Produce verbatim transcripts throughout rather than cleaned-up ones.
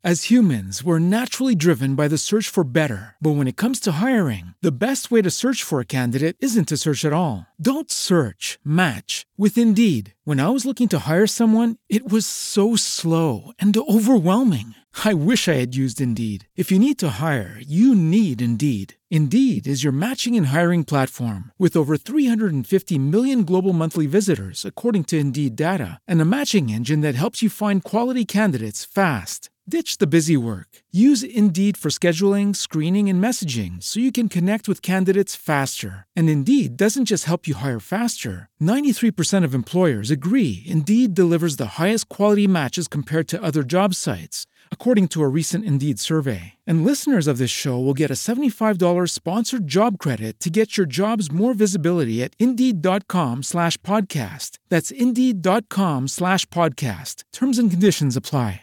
As humans, we're naturally driven by the search for better. But when it comes to hiring, the best way to search for a candidate isn't to search at all. Don't search, match with Indeed. When I was looking to hire someone, it was so slow and overwhelming. I wish I had used Indeed. If you need to hire, you need Indeed. Indeed is your matching and hiring platform with over three hundred fifty million global monthly visitors, according to Indeed data, and a matching engine that helps you find quality candidates fast. Ditch the busy work. Use Indeed for scheduling, screening, and messaging so you can connect with candidates faster. And Indeed doesn't just help you hire faster. ninety-three percent of employers agree Indeed delivers the highest quality matches compared to other job sites, according to a recent Indeed survey. And listeners of this show will get a seventy-five dollars sponsored job credit to get your jobs more visibility at Indeed.com slash podcast. That's Indeed.com slash podcast. Terms and conditions apply.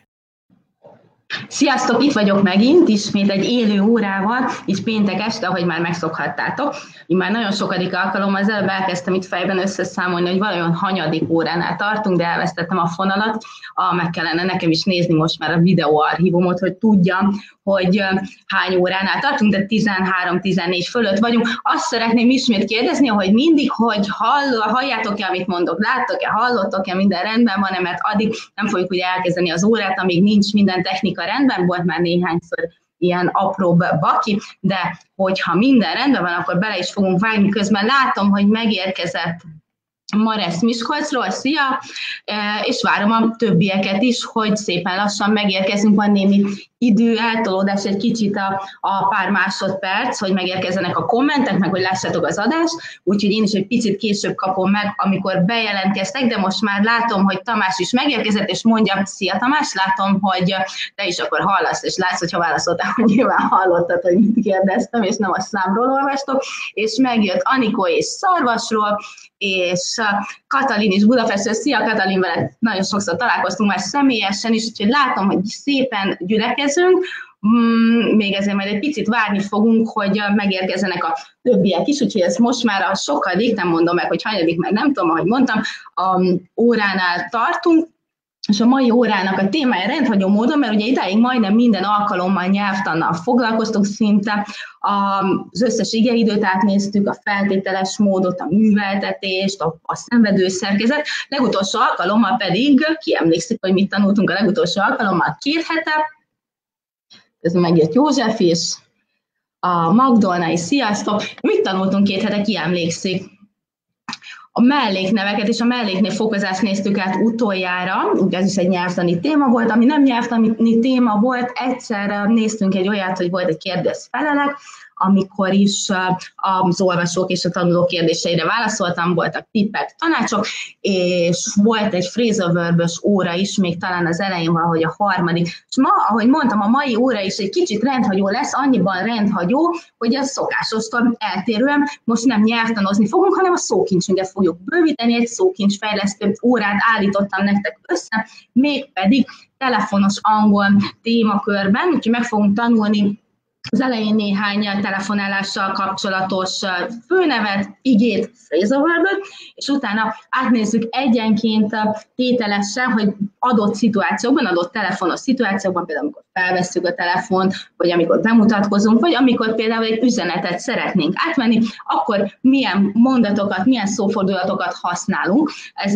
Sziasztok, itt vagyok megint, ismét egy élő órával, így péntek este, ahogy már megszokhattátok. Így már nagyon sokadik alkalommal, az előbb elkezdtem itt fejben összeszámolni, hogy valahogy hanyadik óránál tartunk, de elvesztettem a fonalat. Ah, meg kellene nekem is nézni most már a videóarchívumot, hogy tudjam, hogy hány óránál tartunk, de tizenhárom-tizennégy fölött vagyunk. Azt szeretném ismét kérdezni, hogy mindig, hogy hall, halljátok-e, amit mondok, láttok-e, hallottok-e, minden rendben van-e, mert addig nem fogjuk ugye elkezdeni az órát, amíg nincs minden technika rendben, volt már néhányszor ilyen apróbb baki, de hogyha minden rendben van, akkor bele is fogunk vágni. Közben látom, hogy megérkezett Maresz Miskolcról, szia, és várom a többieket is, hogy szépen lassan megérkezünk, van némi idő, eltolódás egy kicsit a, a pár másodperc, hogy megérkezzenek a kommentek, meg hogy lássátok az adást, úgyhogy én is egy picit később kapom meg, amikor bejelentkeztek, de most már látom, hogy Tamás is megérkezett, és mondja, szia Tamás, látom, hogy te is akkor hallasz, és látsz, hogyha válaszoltál, hogy nyilván hallottad, hogy mit kérdeztem, és nem a számról olvastok, és megjött Anikó és Szarvasról, és Katalin is Budapestről. Szia Katalin, veled nagyon sokszor találkoztunk már személyesen is, úgyhogy látom, hogy szépen gyülekezünk, még ezért majd egy picit várni fogunk, hogy megérkezzenek a többiek is, úgyhogy ez most már a sokadik, nem mondom meg, hogy hanyadik, mert nem tudom, ahogy mondtam, a óránál tartunk, és a mai órának a témája rendhagyó módon, mert ugye idáig majdnem minden alkalommal nyelvtannal foglalkoztunk szinte, az összes igeidőt átnéztük, a feltételes módot, a műveltetést, a, a szenvedőszerkezet, legutolsó alkalommal pedig, ki emlékszik, hogy mit tanultunk a legutolsó alkalommal, két hete, ez megjött József is, a Magdolna is, sziasztok, mit tanultunk két hete, ki emlékszik? A mellékneveket és a melléknév fokozást néztük át utoljára, ugye ez is egy nyelvtani téma volt, ami nem nyelvtani téma volt, egyszer néztünk egy olyat, hogy volt egy kérdez-felelek, amikor is az olvasók és a tanulók kérdéseire válaszoltam, voltak tippek, tanácsok, és volt egy phrasal verb-ös óra is, még talán az elején valahogy a harmadik. És ma, ahogy mondtam, a mai óra is egy kicsit rendhagyó lesz, annyiban rendhagyó, hogy a szokásostól eltérően most nem nyelvtanozni fogunk, hanem a szókincsünket fogjuk bővíteni, egy szókincsfejlesztő órát állítottam nektek össze, mégpedig telefonos angol témakörben, úgyhogy meg fogunk tanulni az elején néhány telefonálással kapcsolatos főnevet, igét, phrasal verböt, és utána átnézzük egyenként tételesen, hogy adott szituációkban, adott telefonos szituációkban, például amikor felvesszük a telefont, vagy amikor bemutatkozunk, vagy amikor például egy üzenetet szeretnénk átvenni, akkor milyen mondatokat, milyen szófordulatokat használunk, ez,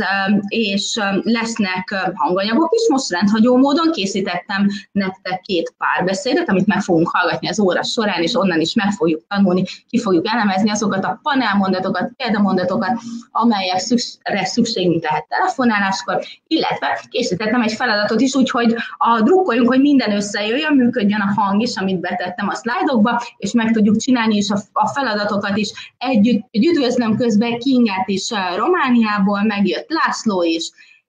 és lesznek hanganyagok is, most rendhagyó módon készítettem nektek két párbeszédet, amit meg fogunk hallgatni az óra során, és onnan is meg fogjuk tanulni, ki fogjuk elemezni azokat a panelmondatokat, példamondatokat, amelyekre szükségünk lehet telefonáláskor, illetve készítettem egy feladatot is, úgyhogy a drukkoljunk, hogy minden összejöjjön, működjön a hang is, amit betettem a szlájdokba, és meg tudjuk csinálni is a, a feladatokat is együtt. Üdvözlöm közben Kingát is Romániából, megjött László is,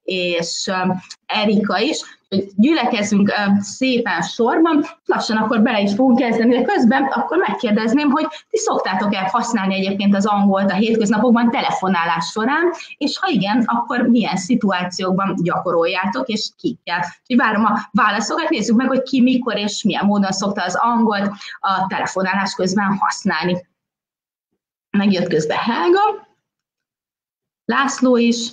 és Erika is, hogy gyülekezzünk szépen sorban, lassan akkor bele is fogunk kezdeni, de közben akkor megkérdezném, hogy ti szoktátok-e használni egyébként az angolt a hétköznapokban telefonálás során, és ha igen, akkor milyen szituációkban gyakoroljátok, és kikkel. Úgyhogy várom a válaszokat, nézzük meg, hogy ki, mikor és milyen módon szokta az angolt a telefonálás közben használni. Megjött közben Helga, László is.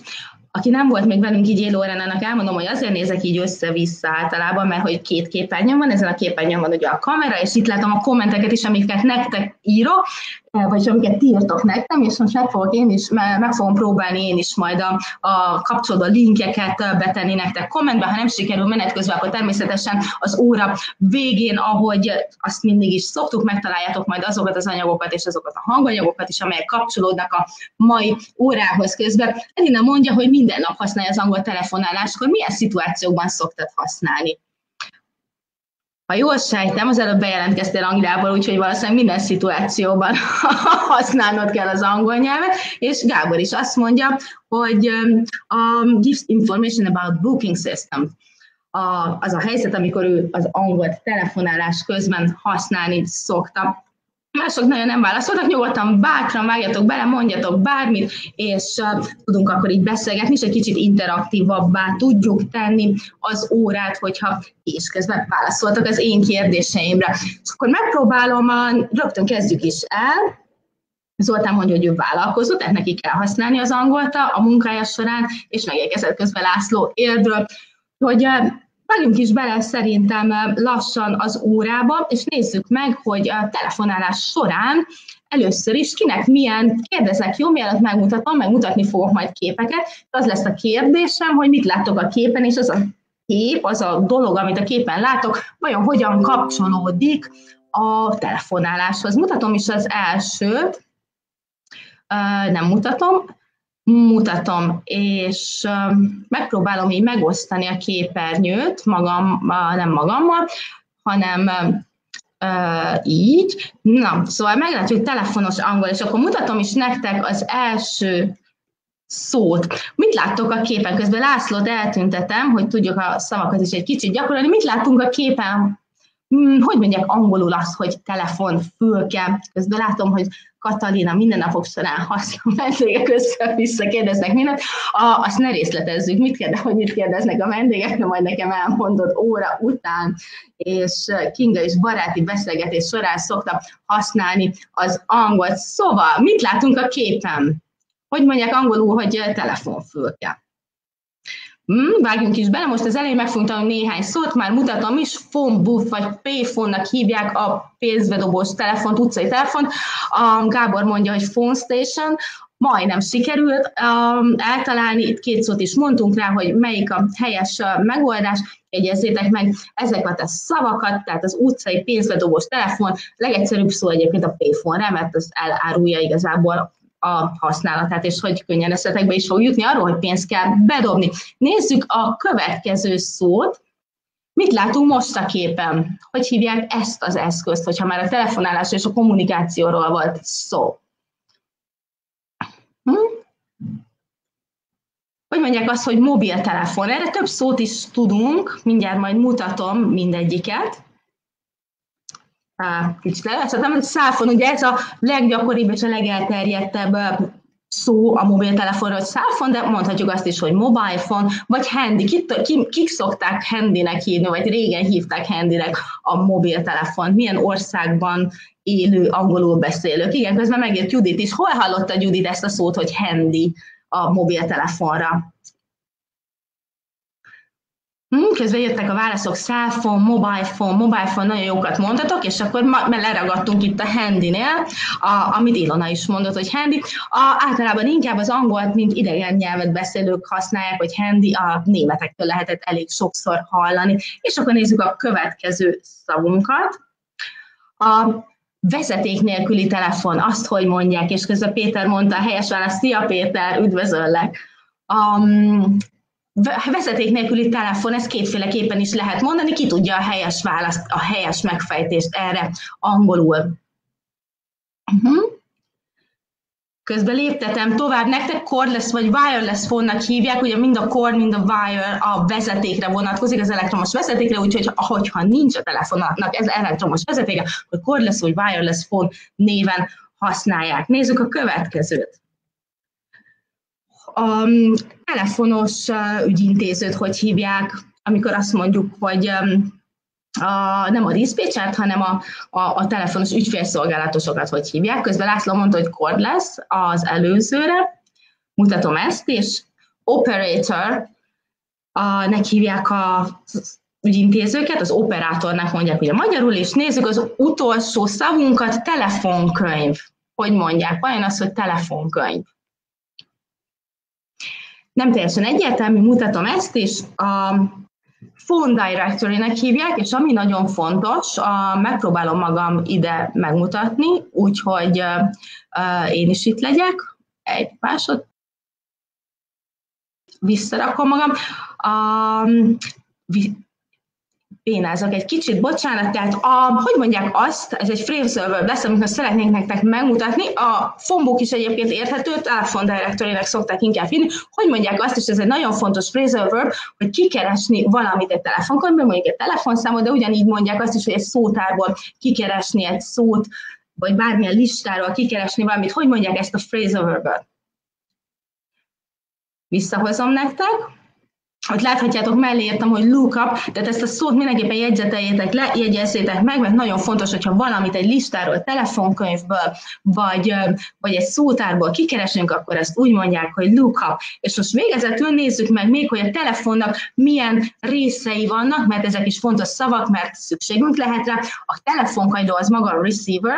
Aki nem volt még velünk így élőórán, annak elmondom, hogy azért nézek így össze-vissza általában, mert hogy két képernyőn van, ezen a képernyőn van ugye a kamera, és itt látom a kommenteket is, amiket nektek írok, vagy amiket ti írtok nekem, és most meg fogok én is, meg fogom próbálni én is majd a, a kapcsolódó linkeket betenni nektek kommentbe, ha nem sikerül menet közben, akkor természetesen az óra végén, ahogy azt mindig is szoktuk, megtaláljátok majd azokat az anyagokat és azokat a hanganyagokat is, amelyek kapcsolódnak a mai órához közben. Edina mondja, hogy minden nap használja az angol telefonáláskor, milyen szituációkban szoktad használni? Ha jól sejtem, az előbb bejelentkeztél Angliából, úgyhogy valószínűleg minden szituációban használnod kell az angol nyelvet, és Gábor is azt mondja, hogy um, gives information about booking system. A, az a helyzet, amikor ő az angolt telefonálás közben használni szokta. Mások nagyon nem válaszoltak, nyugodtan bátran vágjatok bele, mondjatok bármit, és uh, tudunk akkor így beszélgetni, és egy kicsit interaktívabbá tudjuk tenni az órát, hogyha és közben válaszoltak az én kérdéseimre. És akkor megpróbálom, uh, rögtön kezdjük is el. Zoltán mondja, hogy ő vállalkozó, tehát neki kell használni az angolt a munkája során, és megérkezett közben László Érdről, hogy uh, vágjunk is bele szerintem lassan az órába, és nézzük meg, hogy a telefonálás során először is kinek milyen, kérdezek, jó, mielőtt megmutatom, megmutatni fogok majd képeket, az lesz a kérdésem, hogy mit látok a képen, és az a kép, az a dolog, amit a képen látok, vajon hogyan kapcsolódik a telefonáláshoz. Mutatom is az elsőt, nem mutatom, mutatom, és megpróbálom így megosztani a képernyőt, magam, nem magammal, hanem így. Na, szóval meglátjuk, hogy telefonos angol, és akkor mutatom is nektek az első szót. Mit láttok a képen? Közben Lászlót eltüntetem, hogy tudjuk a szavakat is egy kicsit gyakorolni. Mit látunk a képen? Hogy mondják angolul azt, hogy telefonfülke? Közben látom, hogy Katalina minden napok során használ, vendégek össze-vissza kérdeznek mindent. A, azt ne részletezzük, mit kérdez, hogy mit kérdeznek a vendégek, de majd nekem elmondod óra után, és Kinga is baráti beszélgetés során szokta használni az angolt. Szóval, mit látunk a képen? Hogy mondják angolul, hogy telefonfülke? Hmm, vágjunk is bele, most az elején meg fogunk tanulni néhány szót, már mutatom is, phone booth vagy payphone-nak hívják a pénzbedobós telefont, utcai telefont. A Gábor mondja, hogy phone station, majdnem sikerült um, eltalálni, itt két szót is mondtunk rá, hogy melyik a helyes uh, megoldás, jegyezzétek meg ezeket a szavakat, tehát az utcai pénzbedobós telefon, legegyszerűbb szó egyébként a payphone-re, mert az elárulja igazából a használatát, és hogy könnyen eszetekbe is fog jutni arról, hogy pénzt kell bedobni. Nézzük a következő szót. Mit látunk most a képen? Hogy hívják ezt az eszközt, hogyha már a telefonálás és a kommunikációról volt szó? Hm? Hogy mondják azt, hogy mobiltelefon? Erre több szót is tudunk, mindjárt majd mutatom mindegyiket. Kicsit leveszem, hogy cellphone, ugye ez a leggyakoribb és a legelterjedtebb szó a mobiltelefonról, hogy cellphone, de mondhatjuk azt is, hogy mobile phone, vagy handy. Kik, kik, kik szokták handynek hívni, vagy régen hívták handynek a mobiltelefont? Milyen országban élő angolul beszélők? Igen, közben megért Judit is. Hol hallotta Judit ezt a szót, hogy handy a mobiltelefonra? Közben jöttek a válaszok, cellphone, mobile phone, mobile phone, nagyon jókat mondhatok, és akkor ma, leragadtunk itt a handynél, a, amit Ilona is mondott, hogy handy. A, általában inkább az angolt, mint idegen nyelvet beszélők használják, hogy handy, a németektől lehetett elég sokszor hallani. És akkor nézzük a következő szavunkat. A vezeték nélküli telefon, azt hogy mondják, és közben Péter mondta a helyes választ, szia Péter, üdvözöllek. Um, Vezeték nélküli telefon, ezt kétféleképpen is lehet mondani, ki tudja a helyes választ, a helyes megfejtést erre angolul. Uh-huh. Közben léptetem tovább, nektek cordless vagy wireless phone-nak hívják, ugye mind a cord, mind a wire a vezetékre vonatkozik, az elektromos vezetékre, úgyhogy hogyha nincs a telefonnak ez elektromos vezetéke, akkor cordless vagy wireless phone néven használják. Nézzük a következőt. A telefonos ügyintézőt hogy hívják, amikor azt mondjuk, hogy a, nem a diszpécsert, hanem a, a, a telefonos ügyfélszolgálatosokat hogy hívják. Közben László mondta, hogy cordless az előzőre, mutatom ezt, és operator, a, nek hívják az ügyintézőket, az operátornak mondják ugye magyarul, és nézzük az utolsó szavunkat, telefonkönyv. Hogy mondják? Vajon az, hogy telefonkönyv. Nem teljesen egyértelmű, mutatom ezt is. A phone directory-nek hívják, és ami nagyon fontos, a, megpróbálom magam ide megmutatni, úgyhogy uh, én is itt legyek. Egy másod. Visszarakom magam. Um, Bénázok egy kicsit, bocsánat, tehát a, hogy mondják azt, ez egy phrasal lesz, amit szeretnénk nektek megmutatni, a phonebook is egyébként érthető, telefon directory-nek szokták inkább hívni, hogy mondják azt, és ez egy nagyon fontos phrasal verb, hogy kikeresni valamit egy telefonkönyvből, mondjuk egy telefonszámot, de ugyanígy mondják azt is, hogy egy szótárból kikeresni egy szót, vagy bármilyen listáról kikeresni valamit, hogy mondják ezt a phrasal verbet. Visszahozom nektek. Ott láthatjátok, mellé írtam, hogy lookup, tehát ezt a szót mindenképpen jegyzeteljétek le, jegyezzétek meg, mert nagyon fontos, hogyha valamit egy listáról, telefonkönyvből, vagy, vagy egy szótárból kikeresünk, akkor ezt úgy mondják, hogy lookup. És most végezetül nézzük meg még, hogy a telefonnak milyen részei vannak, mert ezek is fontos szavak, mert szükségünk lehet rá. A telefonkagyló az maga a receiver,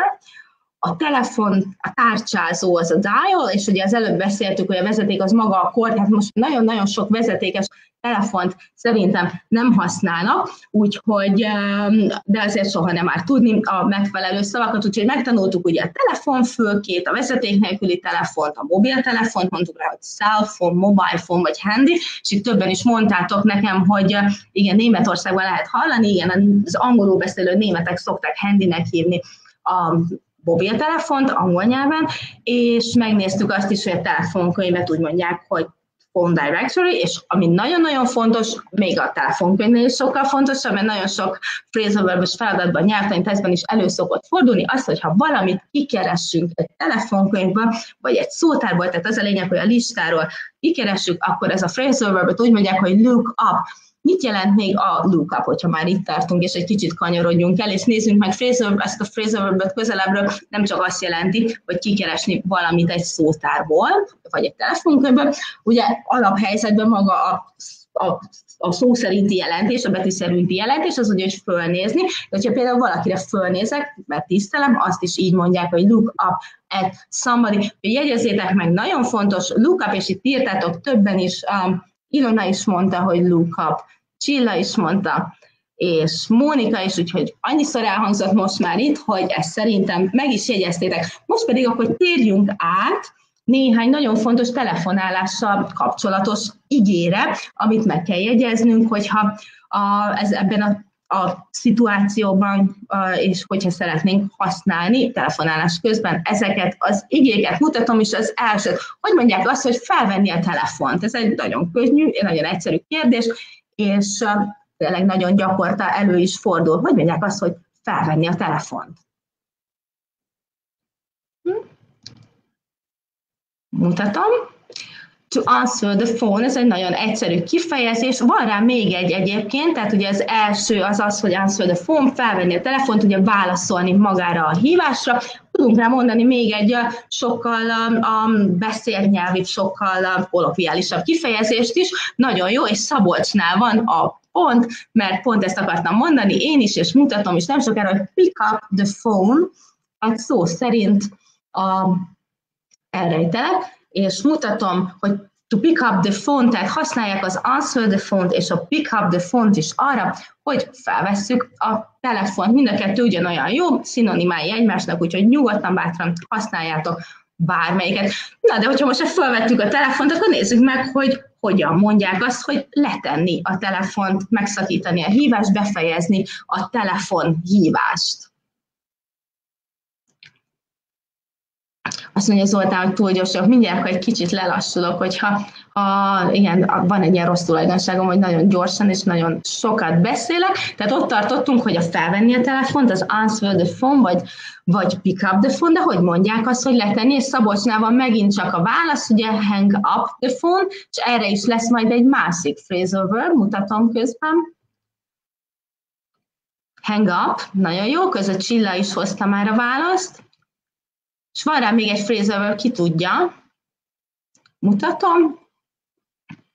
a telefon, a tárcsázó az a dial, és ugye az előbb beszéltük, hogy a vezeték az maga a kor, tehát most nagyon-nagyon sok vezetékes telefont szerintem nem használnak, úgyhogy, de azért soha nem már tudni a megfelelő szavakat, úgyhogy megtanultuk ugye a telefonfülkét, a vezeték nélküli telefont, a mobiltelefont, mondtuk rá, hogy cell phone, mobile phone vagy handy, és itt többen is mondtátok nekem, hogy igen, Németországban lehet hallani, igen, az angolul beszélő németek szokták handynek hívni a mobiltelefont angol nyelven, és megnéztük azt is, hogy a telefonkönyvet úgy mondják, hogy phone directory, és ami nagyon-nagyon fontos, még a telefonkönyvnél is sokkal fontosabb, mert nagyon sok phrasal verb-ös feladatban, nyelvtani tesztben is elő szokott fordulni, az, hogyha valamit kikeressünk egy telefonkönyvből, vagy egy szótárból, tehát az a lényeg, hogy a listáról kikeressük, akkor ez a phrasal verb-öt úgy mondják, hogy look up. Mit jelent még a lookup, hogyha már itt tartunk, és egy kicsit kanyarodjunk el, és nézzünk meg phrasal, ezt a phrasal verbet közelebbről, nem csak azt jelenti, hogy kikeresni valamit egy szótárból, vagy egy telefonkönyvből. Ugye alaphelyzetben maga a, a, a szó szerinti jelentés, a betű szerinti jelentés, az ugye, hogy fölnézni. De hogyha például valakire fölnézek, mert tisztelem, azt is így mondják, hogy look up at somebody. Jegyezzétek meg, nagyon fontos, look up, és itt írtátok többen is, um, Ilona is mondta, hogy look up, Csilla is mondta, és Mónika is, úgyhogy annyiszor elhangzott most már itt, hogy ezt szerintem meg is jegyeztétek. Most pedig akkor térjünk át néhány nagyon fontos telefonálással kapcsolatos igére, amit meg kell jegyeznünk, hogyha a, ez ebben a a szituációban, és hogyha szeretnénk használni telefonálás közben ezeket az igéket mutatom, és az első, hogy mondják azt, hogy felvenni a telefont. Ez egy nagyon könnyű, nagyon egyszerű kérdés, és tényleg nagyon gyakorta elő is fordul. Hogy mondják azt, hogy felvenni a telefont? Mutatom. To answer the phone, ez egy nagyon egyszerű kifejezés. Van rá még egy egyébként, tehát ugye az első az az, hogy answer the phone, felvenni a telefont, ugye válaszolni magára a hívásra. Tudunk rá mondani még egy sokkal um, beszélnyelvi, sokkal um, kolokviálisabb kifejezést is. Nagyon jó, és Szabolcsnál van a pont, mert pont ezt akartam mondani, én is, és mutatom is nem sokára, hogy pick up the phone, hát szó szerint um, elrejtelek, és mutatom, hogy to pick up the phone, tehát használják az answer the phone-t és a pick up the phone-t is arra, hogy felvesszük a telefont. Mind a kettő ugyanolyan jó, szinonimái egymásnak, úgyhogy nyugodtan, bátran használjátok bármelyiket. Na, de hogyha most felvettük a telefont, akkor nézzük meg, hogy hogyan mondják azt, hogy letenni a telefont, megszakítani a hívást, befejezni a telefonhívást. Azt mondja Zoltán, hogy túl gyorsak, mindjárt akkor egy kicsit lelassulok, hogyha ha, igen, van egy ilyen rossz tulajdonságom, hogy nagyon gyorsan és nagyon sokat beszélek. Tehát ott tartottunk, hogy a felvenni a telefont, az answer the phone, vagy, vagy pick up the phone, de hogy mondják azt, hogy letenni, és Szabolcsnál van megint csak a válasz, ugye hang up the phone, és erre is lesz majd egy másik phrasal verb, mutatom közben. Hang up, nagyon jó, között Csilla is hozta már a választ. És van rá még egy phrasal verb, ki tudja. Mutatom.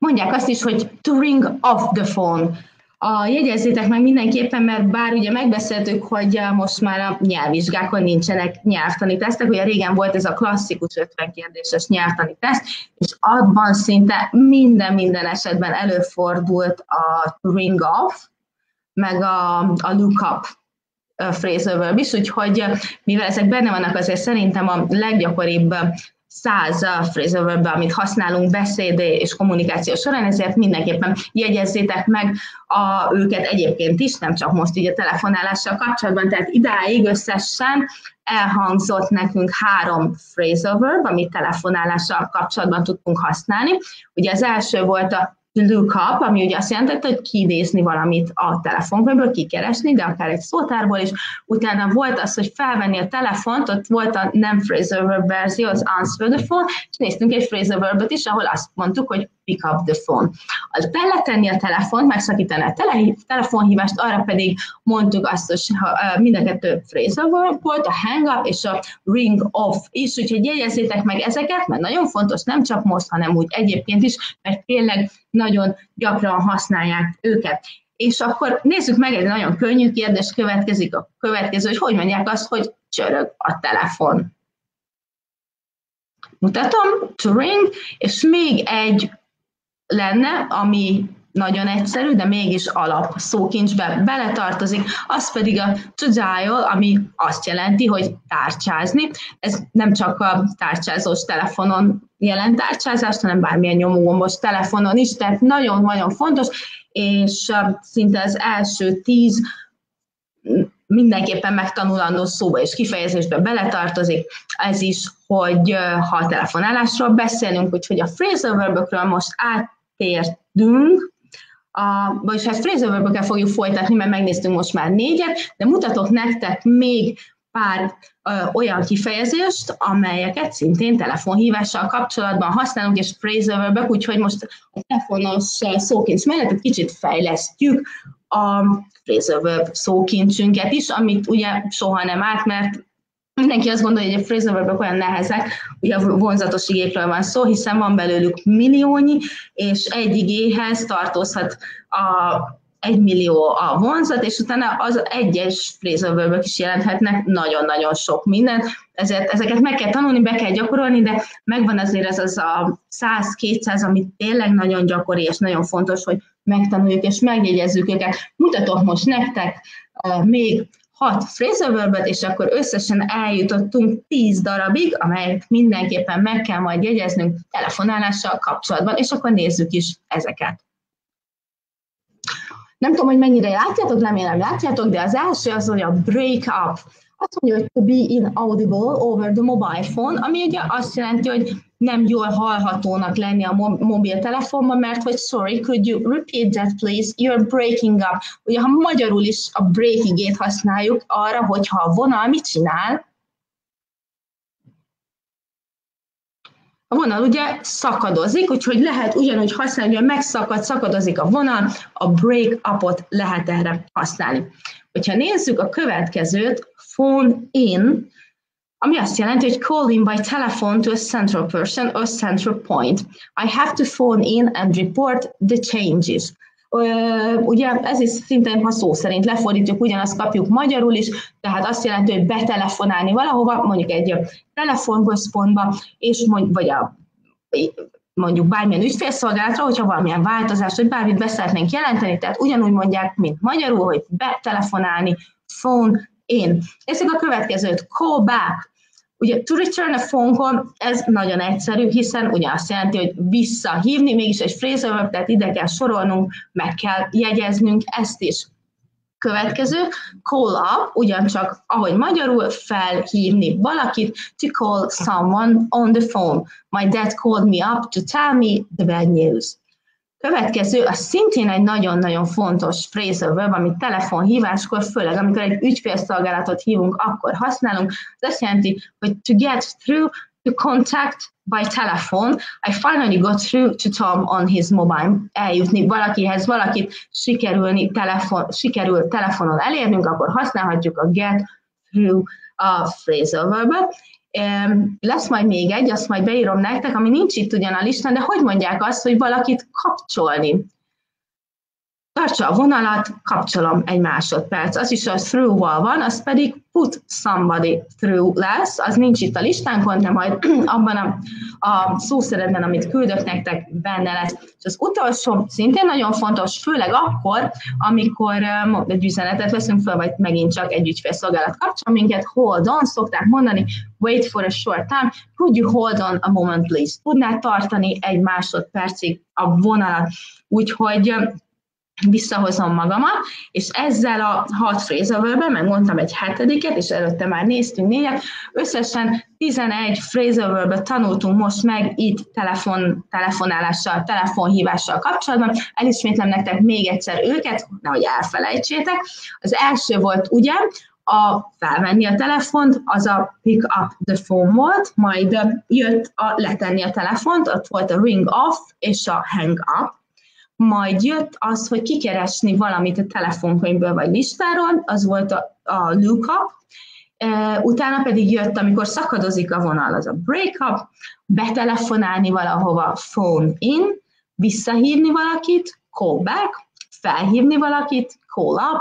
mondják azt is, hogy to ring off the phone. A, jegyezzétek meg mindenképpen, mert bár ugye megbeszéltük, hogy most már a nyelvvizsgákon nincsenek nyelvtani tesztek, ugye régen volt ez a klasszikus ötven kérdéses nyelvtani teszt, és abban szinte minden-minden esetben előfordult a ring off, meg a, a look up phrasal verb is, úgyhogy mivel ezek benne vannak, azért szerintem a leggyakoribb száz phrasal verb, amit használunk beszéd és kommunikáció során, ezért mindenképpen jegyezzétek meg a, őket egyébként is, nem csak most így a telefonálással kapcsolatban, tehát idáig összesen elhangzott nekünk három phrasal verb, amit telefonálással kapcsolatban tudtunk használni. Ugye az első volt a look up, ami ugye azt jelentette, hogy kinézni valamit a telefonkönyvből, kikeresni, de akár egy szótárból is. Utána volt az, hogy felvenni a telefont, ott volt a nem phrasal verb verzió, az answer the phone, és néztünk egy phrasal verbot is, ahol azt mondtuk, hogy pick up the phone. Az beletenni a telefont, megszakítani a tele- telefonhívást, arra pedig mondtuk azt, hogy mind a kettő phrasal verb volt, a hang up és a ring off is, úgyhogy jegyezzétek meg ezeket, mert nagyon fontos, nem csak most, hanem úgy egyébként is, mert tényleg nagyon gyakran használják őket. És akkor nézzük meg, egy nagyon könnyű kérdés következik a következő, hogy hogy mondják azt, hogy csörög a telefon. Mutatom, to ring, és még egy lenne, ami nagyon egyszerű, de mégis alap szókincsbe beletartozik, az pedig a to dial, ami azt jelenti, hogy tárcsázni. Ez nem csak a tárcsázós telefonon jelent tárcsázást, hanem bármilyen nyomógombos telefonon is, tehát nagyon-nagyon fontos, és szinte az első tíz mindenképpen megtanulandó szóba és kifejezésbe beletartozik. Ez is, hogy ha a telefonálásról beszélünk, úgyhogy a phrasal verbökről most áttértünk, A, vagyis hát phrasal verbökkel fogjuk folytatni, mert megnéztünk most már négyet, de mutatok nektek még pár ö, olyan kifejezést, amelyeket szintén telefonhívással kapcsolatban használunk, és phrasal verbök, úgyhogy most a telefonos szókincs mellett egy kicsit fejlesztjük a phrasal verb szókincsünket is, amit ugye soha nem árt, mert mindenki azt gondolja, hogy a phrasal verbök olyan nehezek, ugye a vonzatos igékről van szó, hiszen van belőlük milliónyi, és egy igéhez tartozhat a egy millió a vonzat, és utána az egyes phrasal verbök is jelenthetnek nagyon-nagyon sok mindent, ezért ezeket meg kell tanulni, be kell gyakorolni, de megvan azért ez az a száz-kétszáz, ami tényleg nagyon gyakori, és nagyon fontos, hogy megtanuljuk és megjegyezzük őket. Mutatok most nektek uh, még hat phrasal verbet, és akkor összesen eljutottunk tíz darabig, amelyet mindenképpen meg kell majd jegyeznünk telefonálással kapcsolatban, és akkor nézzük is ezeket. Nem tudom, hogy mennyire látjátok, remélem látjátok, de az első az, hogy a break up. Azt mondja, hogy to be inaudible over the mobile phone, ami ugye azt jelenti, hogy nem jól hallhatónak lenni a mobiltelefonban, mert hogy sorry, could you repeat that please, you're breaking up. Ugye ha magyarul is a break igét használjuk arra, hogyha a vonal mit csinál, a vonal ugye szakadozik, úgyhogy lehet ugyanúgy használni, hogy megszakad, szakadozik a vonal, a break upot lehet erre használni. Hogyha nézzük a következőt, phone in, ami azt jelenti, hogy call in by telephone to a central person or central point. I have to phone in and report the changes. Uh, ugye ez is szintén, ha szó szerint lefordítjuk, ugyanazt kapjuk magyarul is, tehát azt jelenti, hogy betelefonálni valahova, mondjuk egy telefonközpontba, és mondjuk, vagy a, mondjuk bármilyen ügyfélszolgálatra, hogyha valamilyen változást, vagy bármit be szeretnénk jelenteni, tehát ugyanúgy mondják, mint magyarul, hogy betelefonálni, phone in. Nézzük a következőt, call back. Ugye to return a phone call, ez nagyon egyszerű, hiszen ugye azt jelenti, hogy visszahívni, mégis egy phrasal verb, tehát ide kell sorolnunk, meg kell jegyeznünk ezt is. Következő, call up, ugyancsak, ahogy magyarul, felhívni valakit, to call someone on the phone. My dad called me up to tell me the bad news. Következő, az szintén egy nagyon-nagyon fontos phrasal verb, amit telefonhíváskor, főleg amikor egy ügyfélszolgálatot hívunk, akkor használunk. Ez azt jelenti, hogy to get through, to contact by telephone. I finally got through to Tom on his mobile. Eljutni valakihez, valakit sikerülni telefon, sikerül telefonon elérnünk, akkor használhatjuk a get through a phrasal verbet. Lesz majd még egy, azt majd beírom nektek, ami nincs itt ugyan a listán, de hogy mondják azt, hogy valakit kapcsolni. Tartsa a vonalat, kapcsolom egy másodperc. Az is a through-val van, az pedig put somebody through lesz, az nincs itt a listánkon, de majd abban a, a szószeredben, amit küldök nektek, benne lesz. És az utolsó szintén nagyon fontos, főleg akkor, amikor um, egy üzenetet veszünk fel, vagy megint csak egy ügyfélszolgálat kapcsol minket, hold on, szokták mondani, wait for a short time, could you hold on a moment, please? Tudnál tartani egy másodpercig a vonalat, úgyhogy visszahozom magamat, és ezzel a hat phrasal verb-ben, megmondtam egy hetediket, és előtte már néztünk négyet, összesen tizenegy phrasal verb-et tanultunk most meg itt telefon, telefonálással, telefonhívással kapcsolatban. Elismétlem nektek még egyszer őket, nehogy elfelejtsétek. Az első volt ugye, a felvenni a telefont, az a pick up the phone volt, majd jött a letenni a telefont, ott volt a ring off és a hang up. Majd jött az, hogy kikeresni valamit a telefonkönyvből vagy listáról, az volt a, a lookup, e, utána pedig jött, amikor szakadozik a vonal, az a breakup, betelefonálni valahova, phone in, visszahívni valakit, call back, felhívni valakit, call up,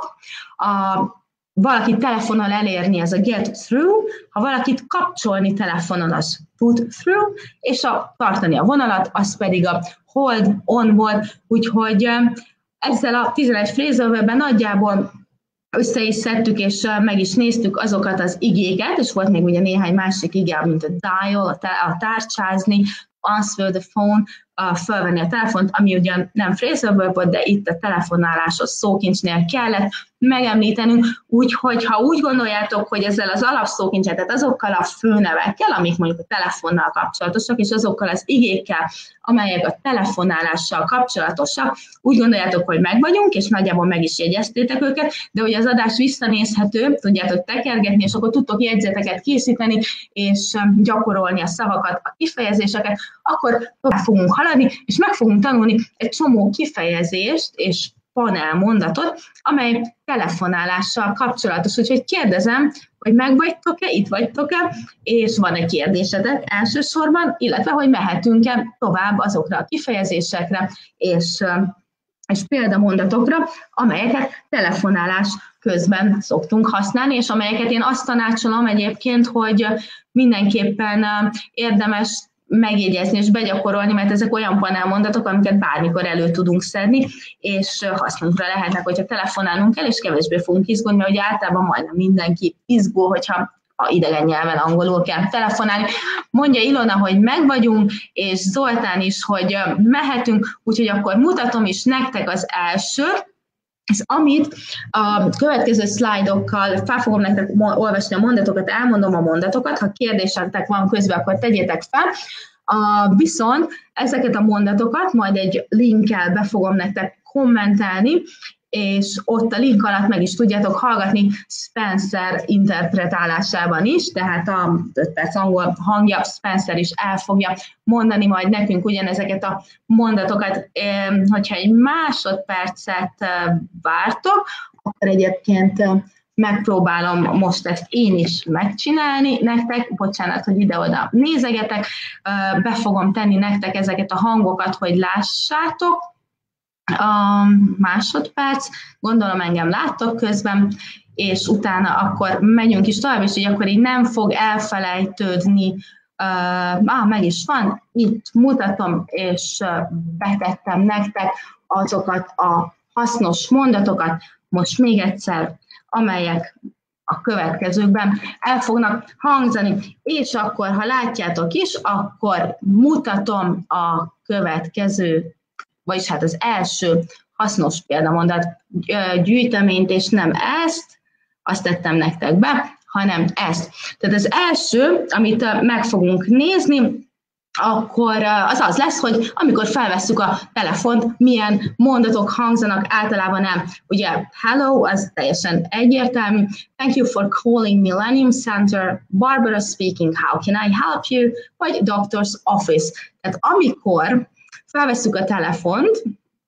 a, valakit telefonon elérni, az a get through, ha valakit kapcsolni telefonon, az put through, és a tartani a vonalat, az pedig a hold on volt, úgyhogy ezzel a tizenegy phrasal verb-ben nagyjából össze is szedtük, és meg is néztük azokat az igéket, és volt még ugye néhány másik igé, mint a dial, a, a tárcsázni, answer the phone, a felvenni a telefont, ami ugyan nem phrasal verb volt, de itt a telefonálásos szókincsnél kellett megemlítenünk, úgyhogy ha úgy gondoljátok, hogy ezzel az alapszókincset, tehát azokkal a főnevekkel, amik mondjuk a telefonnal kapcsolatosak, és azokkal az igékkel, amelyek a telefonálással kapcsolatosak, úgy gondoljátok, hogy meg vagyunk, és nagyjából meg is jegyeztétek őket, de ugye az adás visszanézhető, tudjátok tekergetni, és akkor tudtok jegyzeteket készíteni, és gyakorolni a szavakat, a kifejezéseket, akkor tovább fogunk haladni, és meg fogunk tanulni egy csomó kifejezést, és panel mondatot, amely telefonálással kapcsolatos. Úgyhogy kérdezem, hogy megvagytok-e, itt vagytok-e, és van-e kérdésetek elsősorban, illetve hogy mehetünk-e tovább azokra a kifejezésekre, és, és példamondatokra, amelyeket telefonálás közben szoktunk használni, és amelyeket én azt tanácsolom egyébként, hogy mindenképpen érdemes megjegyezni és begyakorolni, mert ezek olyan panelmondatok, amiket bármikor elő tudunk szedni, és hasznunkra lehetnek, hogyha telefonálnunk el, és kevésbé fogunk izgulni, mert ugye általában majdnem mindenki izgul, hogyha a idegen nyelven angolul kell telefonálni. Mondja Ilona, hogy meg vagyunk, és Zoltán is, hogy mehetünk, úgyhogy akkor mutatom is nektek az első, és amit a következő szlájdokkal fel fogom nektek olvasni a mondatokat, elmondom a mondatokat, ha kérdésetek van közben, akkor tegyétek fel. A, viszont ezeket a mondatokat majd egy linkkel be fogom nektek kommentelni, és ott a link alatt meg is tudjátok hallgatni Spencer interpretálásában is, tehát a öt perc angol hangja Spencer is el fogja mondani majd nekünk ugyanezeket a mondatokat. Hogyha egy másodpercet vártok, akkor egyébként megpróbálom most ezt én is megcsinálni nektek, bocsánat, hogy ide-oda nézegetek, be fogom tenni nektek ezeket a hangokat, hogy lássátok. A másodperc, gondolom engem láttok közben, és utána akkor megyünk is tovább, és így akkor így nem fog elfelejtődni. Uh, ah, meg is van, itt mutatom, és uh, betettem nektek azokat a hasznos mondatokat, most még egyszer, amelyek a következőkben el fognak hangzani, és akkor, ha látjátok is, akkor mutatom a következő, vagyis hát az első hasznos példamondat gyűjteményt, és nem ezt, azt tettem nektek be, hanem ezt. Tehát az első, amit meg fogunk nézni, akkor az az lesz, hogy amikor felvesszük a telefont, milyen mondatok hangzanak általában el. Ugye hello, az teljesen egyértelmű. Thank you for calling Millennium Center. Barbara speaking. How can I help you? Vagy doctor's office. Tehát amikor felvesszük a telefont,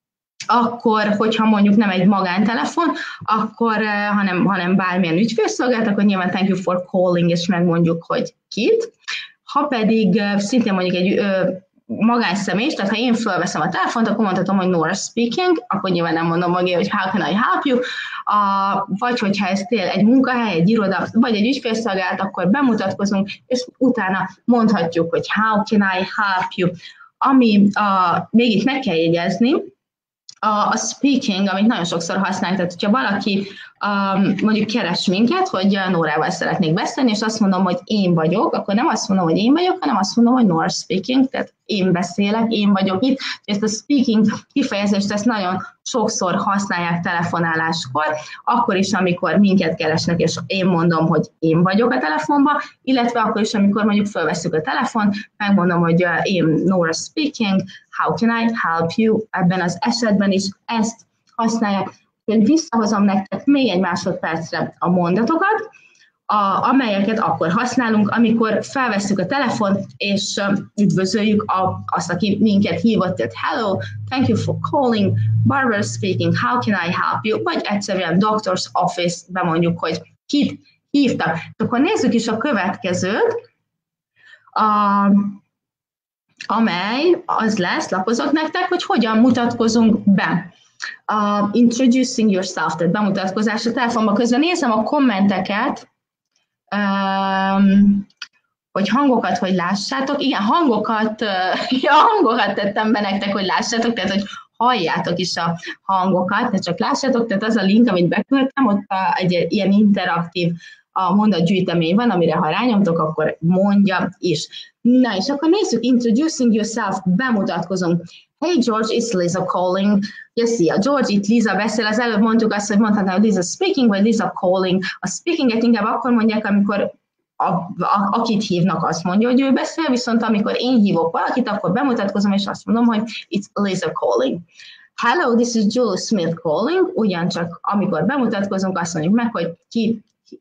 akkor, hogyha mondjuk nem egy magántelefon, akkor, hanem, hanem bármilyen ügyfélszolgálat, akkor nyilván thank you for calling, és megmondjuk, hogy kit. Ha pedig szintén mondjuk egy magánszemély, tehát ha én felveszem a telefont, akkor mondhatom, hogy Nora speaking, akkor nyilván nem mondom meg, hogy how can I help you, uh, vagy hogyha ez tényleg egy munkahely, egy iroda, vagy egy ügyfélszolgálat, akkor bemutatkozunk, és utána mondhatjuk, hogy how can I help you. Ami uh, még itt meg kell jegyezni, a, a speaking, amit nagyon sokszor használjuk, tehát hogyha valaki um, mondjuk keres minket, hogy Nórával szeretnék beszélni, és azt mondom, hogy én vagyok, akkor nem azt mondom, hogy én vagyok, hanem azt mondom, hogy Nora speaking, tehát én beszélek, én vagyok itt. Ezt a speaking kifejezést ezt nagyon sokszor használják telefonáláskor, akkor is, amikor minket keresnek, és én mondom, hogy én vagyok a telefonban, illetve akkor is, amikor mondjuk felveszünk a telefon, megmondom, hogy én Nora speaking, how can I help you? Ebben az esetben is ezt használják. Én visszahozom nektek még egy másodpercre a mondatokat, a, amelyeket akkor használunk, amikor felvesszük a telefont, és uh, üdvözöljük a, azt, aki minket hívott, tehát hello, thank you for calling, Barbara speaking, how can I help you? Vagy egyszerűen doctor's office, bemondjuk, hogy kit hívtak. Akkor nézzük is a következőt, a, amely az lesz, lapozok nektek, hogy hogyan mutatkozunk be. Uh, introducing yourself, tehát bemutatkozás a telefonban. Közben nézem a kommenteket, um, hogy hangokat, hogy lássátok. Igen, hangokat, uh, ja, hangokat tettem be nektek, hogy lássátok, tehát hogy halljátok is a hangokat, de csak lássátok, tehát az a link, amit beküldtem, ott uh, egy ilyen interaktív a mondatgyűjtemény van, amire ha rányomtok, akkor mondja is. Na, és akkor nézzük, introducing yourself, bemutatkozunk. Hey George, it's Lisa calling. Ja, szia George, itt Lisa beszél. Az előbb mondtuk azt, hogy mondhatná, hogy Lisa speaking, vagy Lisa calling. A speakinget inkább akkor mondják, amikor a, a, akit hívnak, azt mondja, hogy ő beszél, viszont amikor én hívok valakit, akkor bemutatkozom, és azt mondom, hogy it's Lisa calling. Hello, this is Julie Smith calling. Ugyancsak, amikor bemutatkozunk, azt mondjuk meg, hogy ki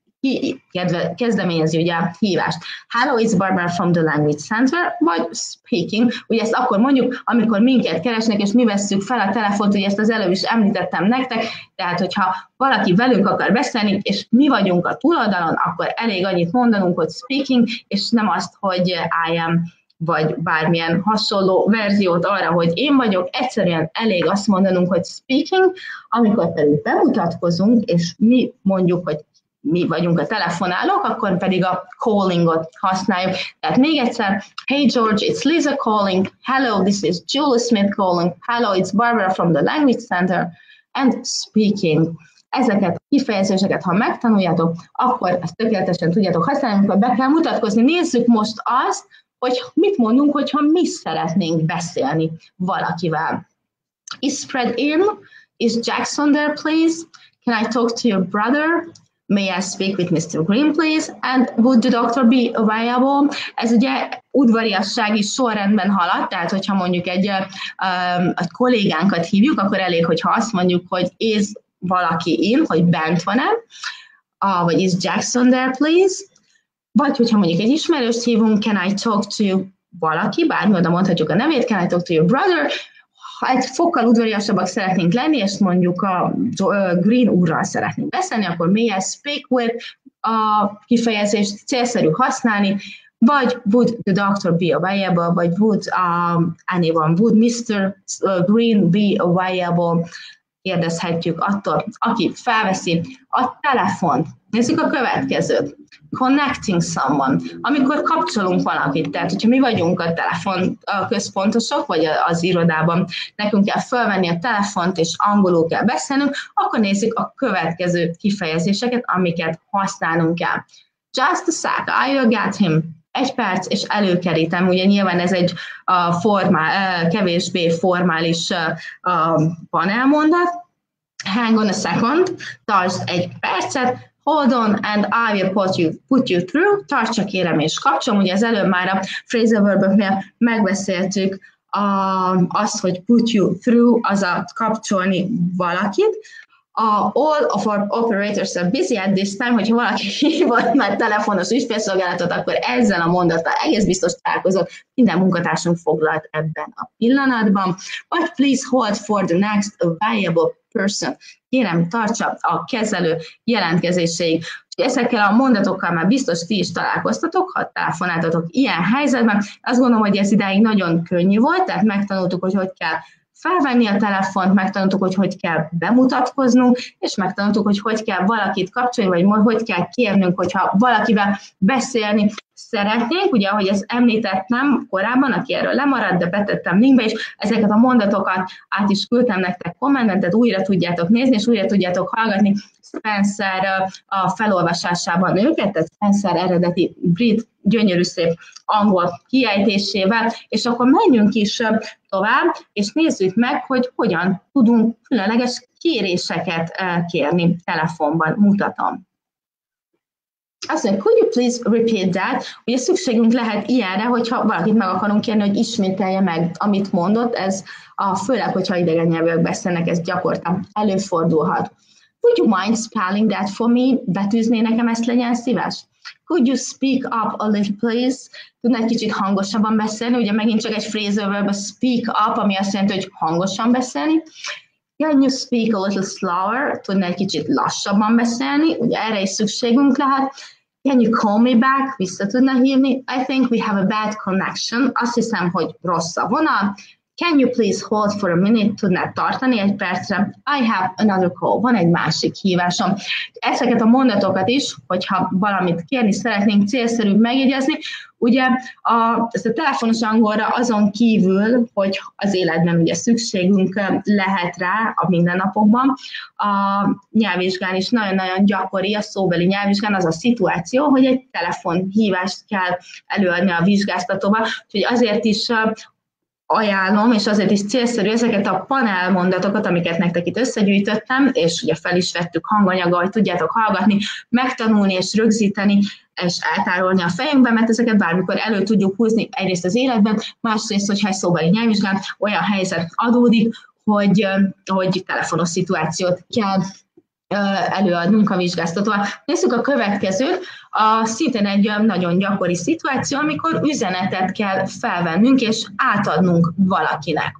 ki kezdeményezi ugye a hívást. Hello, it's Barbara from the Language Center, vagy speaking. Ugye ezt akkor mondjuk, amikor minket keresnek, és mi vesszük fel a telefont, ugye ezt az előbb is említettem nektek, tehát hogyha valaki velünk akar beszélni, és mi vagyunk a túloldalon, akkor elég annyit mondanunk, hogy speaking, és nem azt, hogy I am, vagy bármilyen hasonló verziót arra, hogy én vagyok, egyszerűen elég azt mondanunk, hogy speaking, amikor pedig bemutatkozunk, és mi mondjuk, hogy mi vagyunk a telefonálók, akkor pedig a callingot használjuk. Tehát még egyszer, hey George, it's Lisa calling. Hello, this is Julie Smith calling. Hello, it's Barbara from the Language Center. And speaking. Ezeket a kifejezéseket, ha megtanuljátok, akkor ezt tökéletesen tudjátok használni, amikor be kell mutatkozni. Nézzük most azt, hogy mit mondunk, hogyha mi szeretnénk beszélni valakivel. Is Fred in? Is Jackson there, please? Can I talk to your brother? May I speak with mister Green, please? And would the doctor be available? Ez ugye udvariassági sorrendben halad, tehát hogyha mondjuk egy, um, egy kollégánkat hívjuk, akkor elég, hogyha azt mondjuk, hogy is valaki in, hogy bent van-e, uh, vagy is Jackson there, please? Vagy hogyha mondjuk egy ismerőst hívunk, can I talk to valaki, bármi oda mondhatjuk a nevét, can I talk to your brother? Ha egy fokkal udvariasabbak szeretnénk lenni, és mondjuk a Green úrral szeretnénk beszélni, akkor may I speak with a kifejezést célszerű használni, vagy would the doctor be available, vagy would um, anyone, would mister Green be available, kérdezhetjük attól, aki felveszi a telefont. Nézzük a következőt. Connecting someone. Amikor kapcsolunk valakit, tehát hogyha mi vagyunk a telefon a központosok, vagy az irodában, nekünk kell felvenni a telefont, és angolul kell beszélnünk, akkor nézzük a következő kifejezéseket, amiket használnunk kell. Just a sec, I will get him. Egy perc, és előkerítem. Ugye nyilván ez egy uh, formál, uh, kevésbé formális uh, panelmondat. Hang on a second, tartsd egy percet, hold on, and I will put you, put you through, tartsa kérem és kapcsolom. Ugye az előbb már a phrasal verböknél megbeszéltük uh, azt, hogy put you through, az a kapcsolni valakit. Uh, all of our operators are busy at this time, hogyha valaki hívott már telefonos ügyfélszolgálatot, akkor ezzel a mondattal egész biztos találkozott, minden munkatársunk foglalt ebben a pillanatban. But please hold for the next available person. Kérem, tartsa a kezelő jelentkezéséig. Ezekkel a mondatokkal már biztos ti is találkoztatok, ha telefonáltatok ilyen helyzetben. Azt gondolom, hogy ez idáig nagyon könnyű volt, tehát megtanultuk, hogy hogy kell felvenni a telefont, megtanultuk, hogy hogy kell bemutatkoznunk, és megtanultuk, hogy hogy kell valakit kapcsolni, vagy hogy kell kérnünk, hogyha valakivel beszélni szeretnénk. Ugye, ahogy ezt említettem korábban, aki erről lemaradt, de betettem linkbe, és ezeket a mondatokat át is küldtem nektek kommentben, tehát újra tudjátok nézni, és újra tudjátok hallgatni Spencer a felolvasásában őket, tehát Spencer eredeti brit, gyönyörű szép angol kiejtésével, és akkor menjünk is tovább, és nézzük meg, hogy hogyan tudunk különleges kéréseket kérni telefonban. Mutatom. Azt mondja, could you please repeat that? Ugye szükségünk lehet ilyenre, hogyha valakit meg akarunk kérni, hogy ismételje meg, amit mondott, ez a, főleg, hogyha idegen nyelvűek beszélnek, ez gyakorta előfordulhat. Would you mind spelling that for me? Betűzné nekem ezt, legyen szíves? Could you speak up a little, please? Tudná egy kicsit hangosabban beszélni? Ugye megint csak egy phrasal verb, a speak up, ami azt jelenti, hogy hangosan beszélni. Can you speak a little slower? Tudná egy kicsit lassabban beszélni? Ugye erre is szükségünk lehet. Can you call me back? Vissza tudna hívni? I think we have a bad connection. Azt hiszem, hogy rossz a vonal. Can you please hold for a minute? Tudnád tartani egy percre? I have another call. Van egy másik hívásom. Ezeket a mondatokat is, hogyha valamit kérni szeretnénk, célszerű megjegyezni. Ugye a, ezt a telefonos angolra azon kívül, hogy az életben ugye szükségünk lehet rá a mindennapokban, a nyelvvizsgán is nagyon-nagyon gyakori, a szóbeli nyelvvizsgán az a szituáció, hogy egy telefonhívást kell előadni a vizsgáztatóba, úgyhogy azért is ajánlom, és azért is célszerű ezeket a panelmondatokat, amiket nektek itt összegyűjtöttem, és ugye fel is vettük hanganyaggal, hogy tudjátok hallgatni, megtanulni és rögzíteni, és eltárolni a fejünkben, mert ezeket bármikor elő tudjuk húzni egyrészt az életben, másrészt, hogyha egy szóbeli nyelvvizsgán olyan helyzet adódik, hogy, hogy telefonos szituációt kell előadnunk a vizsgáztatóval. Nézzük a következőt, a szintén egy nagyon gyakori szituáció, amikor üzenetet kell felvennünk és átadnunk valakinek.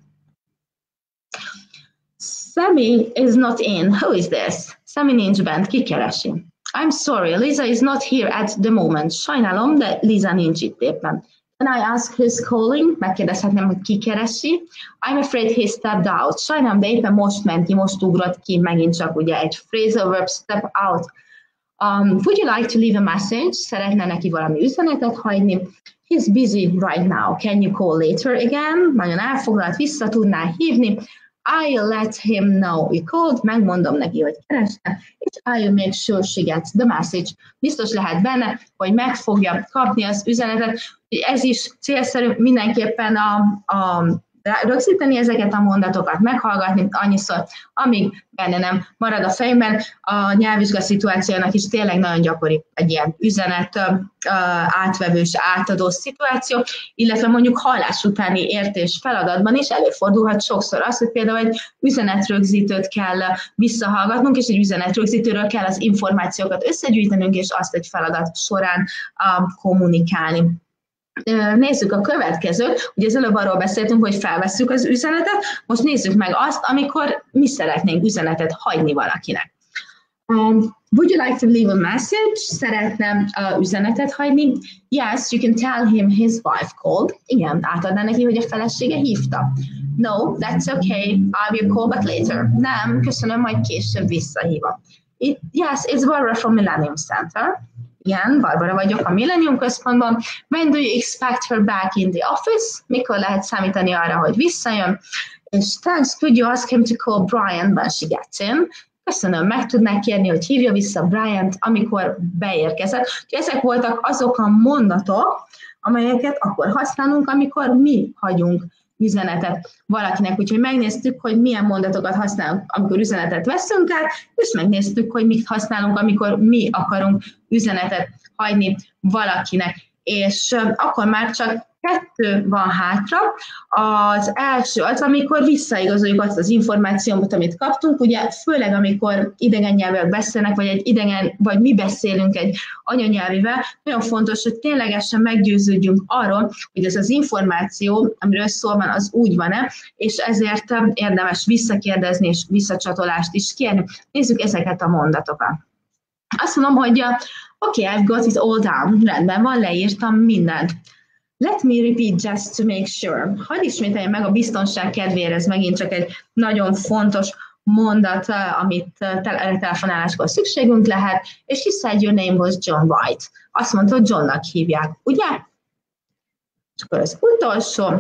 Sammy is not in. Who is this? Sammy nincs bent. Ki keresi? I'm sorry, Lisa is not here at the moment. Sajnálom, de Lisa nincs itt éppen. Can I ask who's calling? Megkérdezhetném, hogy ki keresi. I'm afraid he stepped out. Sajnálom, de éppen most ment ki, most ugrott ki, megint csak ugye egy phrasal verb, step out. Um, would you like to leave a message? Szeretne neki valami üzenetet hagyni? He's busy right now. Can you call later again? Nagyon elfoglalt, vissza tudná hívni. I'll let him know you called, megmondom neki, hogy kereste, és I'll make sure she gets the message. Biztos lehet benne, hogy meg fogja kapni az üzenetet. Ez is célszerű mindenképpen a, a rögzíteni ezeket a mondatokat, meghallgatni annyiszor, amíg benne nem marad a fejemben. A nyelvvizsga szituációnak is tényleg nagyon gyakori egy ilyen üzenet átvevős, átadó szituáció, illetve mondjuk hallás utáni értés feladatban is előfordulhat sokszor az, hogy például egy üzenetrögzítőt kell visszahallgatnunk, és egy üzenetrögzítőről kell az információkat összegyűjtenünk, és azt egy feladat során kommunikálni. Nézzük a következőt, ugye az előbb arról beszéltünk, hogy felvesszük az üzenetet, most nézzük meg azt, amikor mi szeretnénk üzenetet hagyni valakinek. Um, would you like to leave a message? Szeretném uh, üzenetet hagyni? Yes, you can tell him his wife called. Igen, átadná neki, hogy a felesége hívta. No, that's okay, I will call back later. Nem, köszönöm, majd később visszahívom. It, yes, it's Barbara from Millennium Center. Igen, Barbara vagyok a Millennium Központban. When do you expect her back in the office? Mikor lehet számítani arra, hogy visszajön? És thanks, could you ask him to call Brian when she gets in? Köszönöm, meg tudnák kérni, hogy hívja vissza Briant, amikor beérkezett. Ezek voltak azok a mondatok, amelyeket akkor használunk, amikor mi hagyunk üzenetet valakinek. Úgyhogy megnéztük, hogy milyen mondatokat használunk, amikor üzenetet veszünk át, és megnéztük, hogy mit használunk, amikor mi akarunk üzenetet hagyni valakinek. És akkor már csak kettő van hátra. Az első az, amikor visszaigazoljuk azt az információt, amit kaptunk, ugye főleg amikor idegen nyelvek beszélnek, vagy egy idegen, vagy mi beszélünk egy anyanyelvivel, nagyon fontos, hogy ténylegesen meggyőződjünk arról, hogy ez az információ, amiről szó van, az úgy van-e, és ezért érdemes visszakérdezni és visszacsatolást is kérni. Nézzük ezeket a mondatokat. Azt mondom, hogy oké, okay, I've got it all down, rendben van, leírtam mindent. Let me repeat just to make sure. Hadd ismételjem meg a biztonság kedvére, ez megint csak egy nagyon fontos mondat, amit telefonáláskor szükségünk lehet, és he said your name was John White. Azt mondta, hogy Johnnak hívják, ugye? És akkor az utolsó,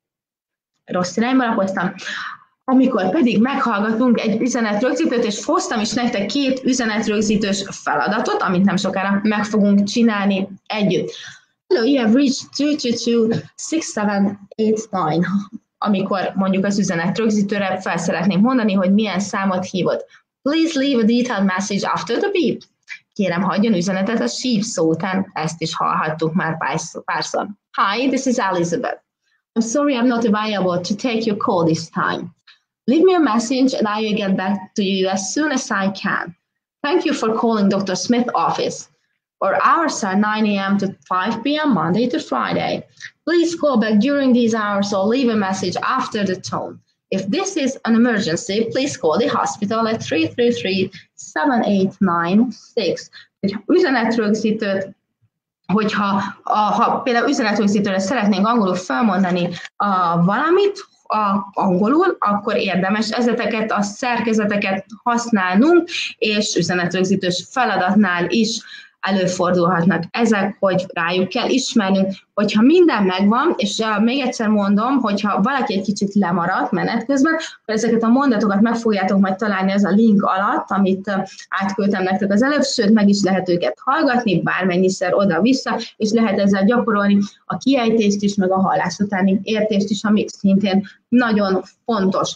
rossz irányba lapoztam, amikor pedig meghallgatunk egy üzenetrögzítőt, és hoztam is nektek két üzenetrögzítős feladatot, amit nem sokára meg fogunk csinálni együtt. Hello, you have reached two two two six seven eight nine. Amikor mondjuk az üzenetrögzítőre fel szeretném mondani, hogy milyen számot hívod. Please leave a detailed message after the beep. Kérem, hagyjon üzenetet a síp szó után, ezt is hallhattuk már párszor. Hi, this is Elizabeth. I'm sorry I'm not available to take your call this time. Leave me a message and I will get back to you as soon as I can. Thank you for calling Doctor Smith's office. Our hours are nine a m to five p m Monday to Friday. Please call back during these hours or leave a message after the tone. If this is an emergency, please call the hospital at three three three seven eight nine six. Üzenetrögzítőt, hogyha a, ha például üzenetrögzítőre szeretnénk angolul felmondani a valamit, a angolul, akkor érdemes ezeket a szerkezeteket használnunk, és üzenetrögzítős feladatnál is előfordulhatnak ezek, hogy rájuk kell ismernünk, hogyha minden megvan, és uh, még egyszer mondom, hogyha valaki egy kicsit lemaradt menet közben, akkor ezeket a mondatokat meg fogjátok majd találni az a link alatt, amit uh, átküldtem nektek az előbb, sőt, meg is lehet őket hallgatni, bármennyiszer oda-vissza, és lehet ezzel gyakorolni a kiejtést is, meg a hallás utáni értést is, ami szintén nagyon fontos.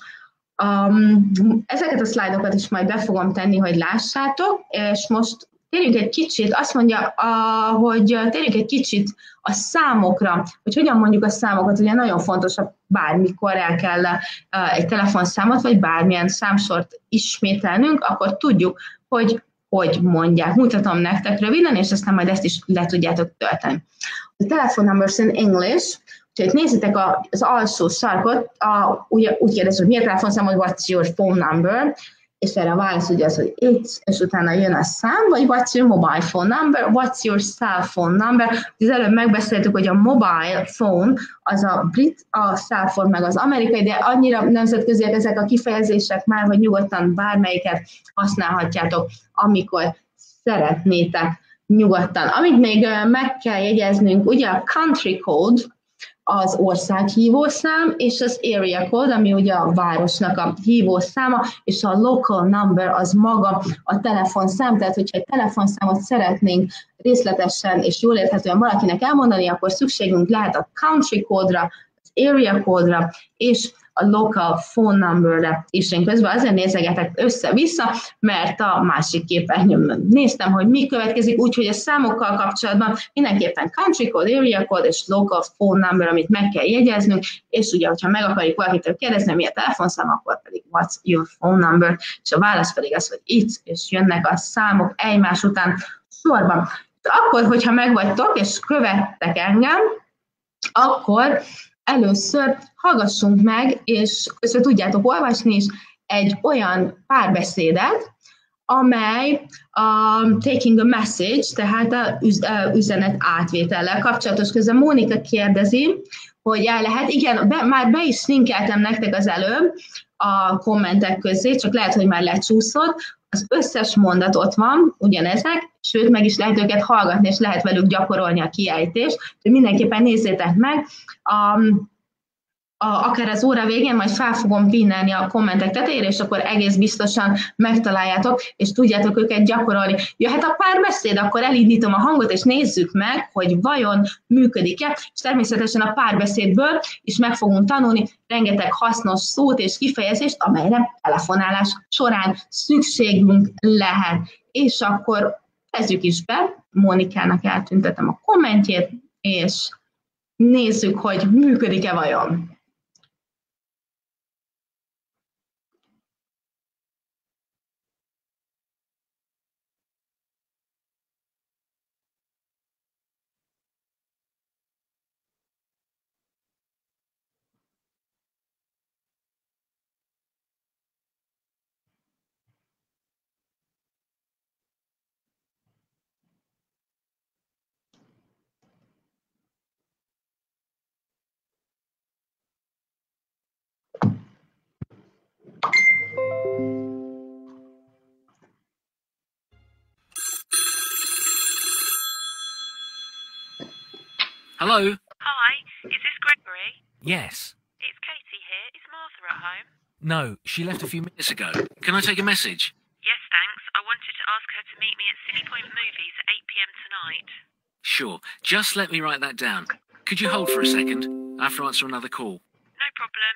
Um, ezeket a szlájdokat is majd be fogom tenni, hogy lássátok, és most térjünk egy kicsit, azt mondja, hogy térjünk egy kicsit a számokra, hogy hogyan mondjuk a számokat, ugye nagyon fontos, ha bármikor el kell egy telefonszámot, vagy bármilyen számsort ismételnünk, akkor tudjuk, hogy hogy mondják. Mutatom nektek röviden, és aztán majd ezt is le tudjátok tölteni. A telephone numbers in English, úgyhogy nézzétek az alsó sarkot, a, ugye, úgy kérdez, hogy mi a telefonszám, hogy what's your phone number, és erre a válasz ugye az, hogy it's, és utána jön a szám, vagy what's your mobile phone number, what's your cell phone number. Az előbb megbeszéltük, hogy a mobile phone az a brit, a cell phone meg az amerikai, de annyira nemzetköziek ezek a kifejezések már, hogy nyugodtan bármelyiket használhatjátok, amikor szeretnétek nyugodtan. Amit még meg kell jegyeznünk, ugye a country code, az ország hívószám, és az area code, ami ugye a városnak a hívószáma, és a local number az maga a telefonszám, tehát hogyha egy telefonszámot szeretnénk részletesen és jól érthetően valakinek elmondani, akkor szükségünk lehet a country code-ra, az area code-ra, és a local phone number-re is. Én közben azért nézegetek össze-vissza, mert a másik képernyőn néztem, hogy mi következik, úgyhogy a számokkal kapcsolatban mindenképpen country code, area code és local phone number, amit meg kell jegyeznünk, és ugye, hogyha meg akarjuk valakitől kérdezni, mi a telefonszám, akkor pedig what's your phone number, és a válasz pedig az, hogy itt, és jönnek a számok egymás után sorban. Akkor, hogyha megvagytok, és követtek engem, akkor először hallgassunk meg, és össze tudjátok olvasni is egy olyan párbeszédet, amely a um, taking a message, tehát a üzenet átvétellel kapcsolatos. Közben Mónika kérdezi, hogy el lehet, igen, be, már be is linkeltem nektek az előbb a kommentek közé, csak lehet, hogy már lecsúszott, az összes mondat ott van, ugyanezek, sőt, meg is lehet őket hallgatni, és lehet velük gyakorolni a kiejtést, úgyhogy mindenképpen nézzétek meg. Um, A, akár az óra végén majd fel fogom pinnelni a kommentek tetejére, és akkor egész biztosan megtaláljátok, és tudjátok őket gyakorolni. Jöhet a párbeszéd, akkor elindítom a hangot, és nézzük meg, hogy vajon működik-e, és természetesen a párbeszédből is meg fogunk tanulni rengeteg hasznos szót és kifejezést, amelyre telefonálás során szükségünk lehet. És akkor kezdjük is be, Mónikának eltüntetem a kommentjét, és Nézzük, hogy működik-e vajon. Hello? Hi, is this Gregory? Yes. It's Katie here. Is Martha at home? No, she left a few minutes ago. Can I take a message? Yes, thanks. I wanted to ask her to meet me at Cine Point Movies at eight p m tonight. Sure. Just let me write that down. Could you hold for a second? I have to answer another call. No problem.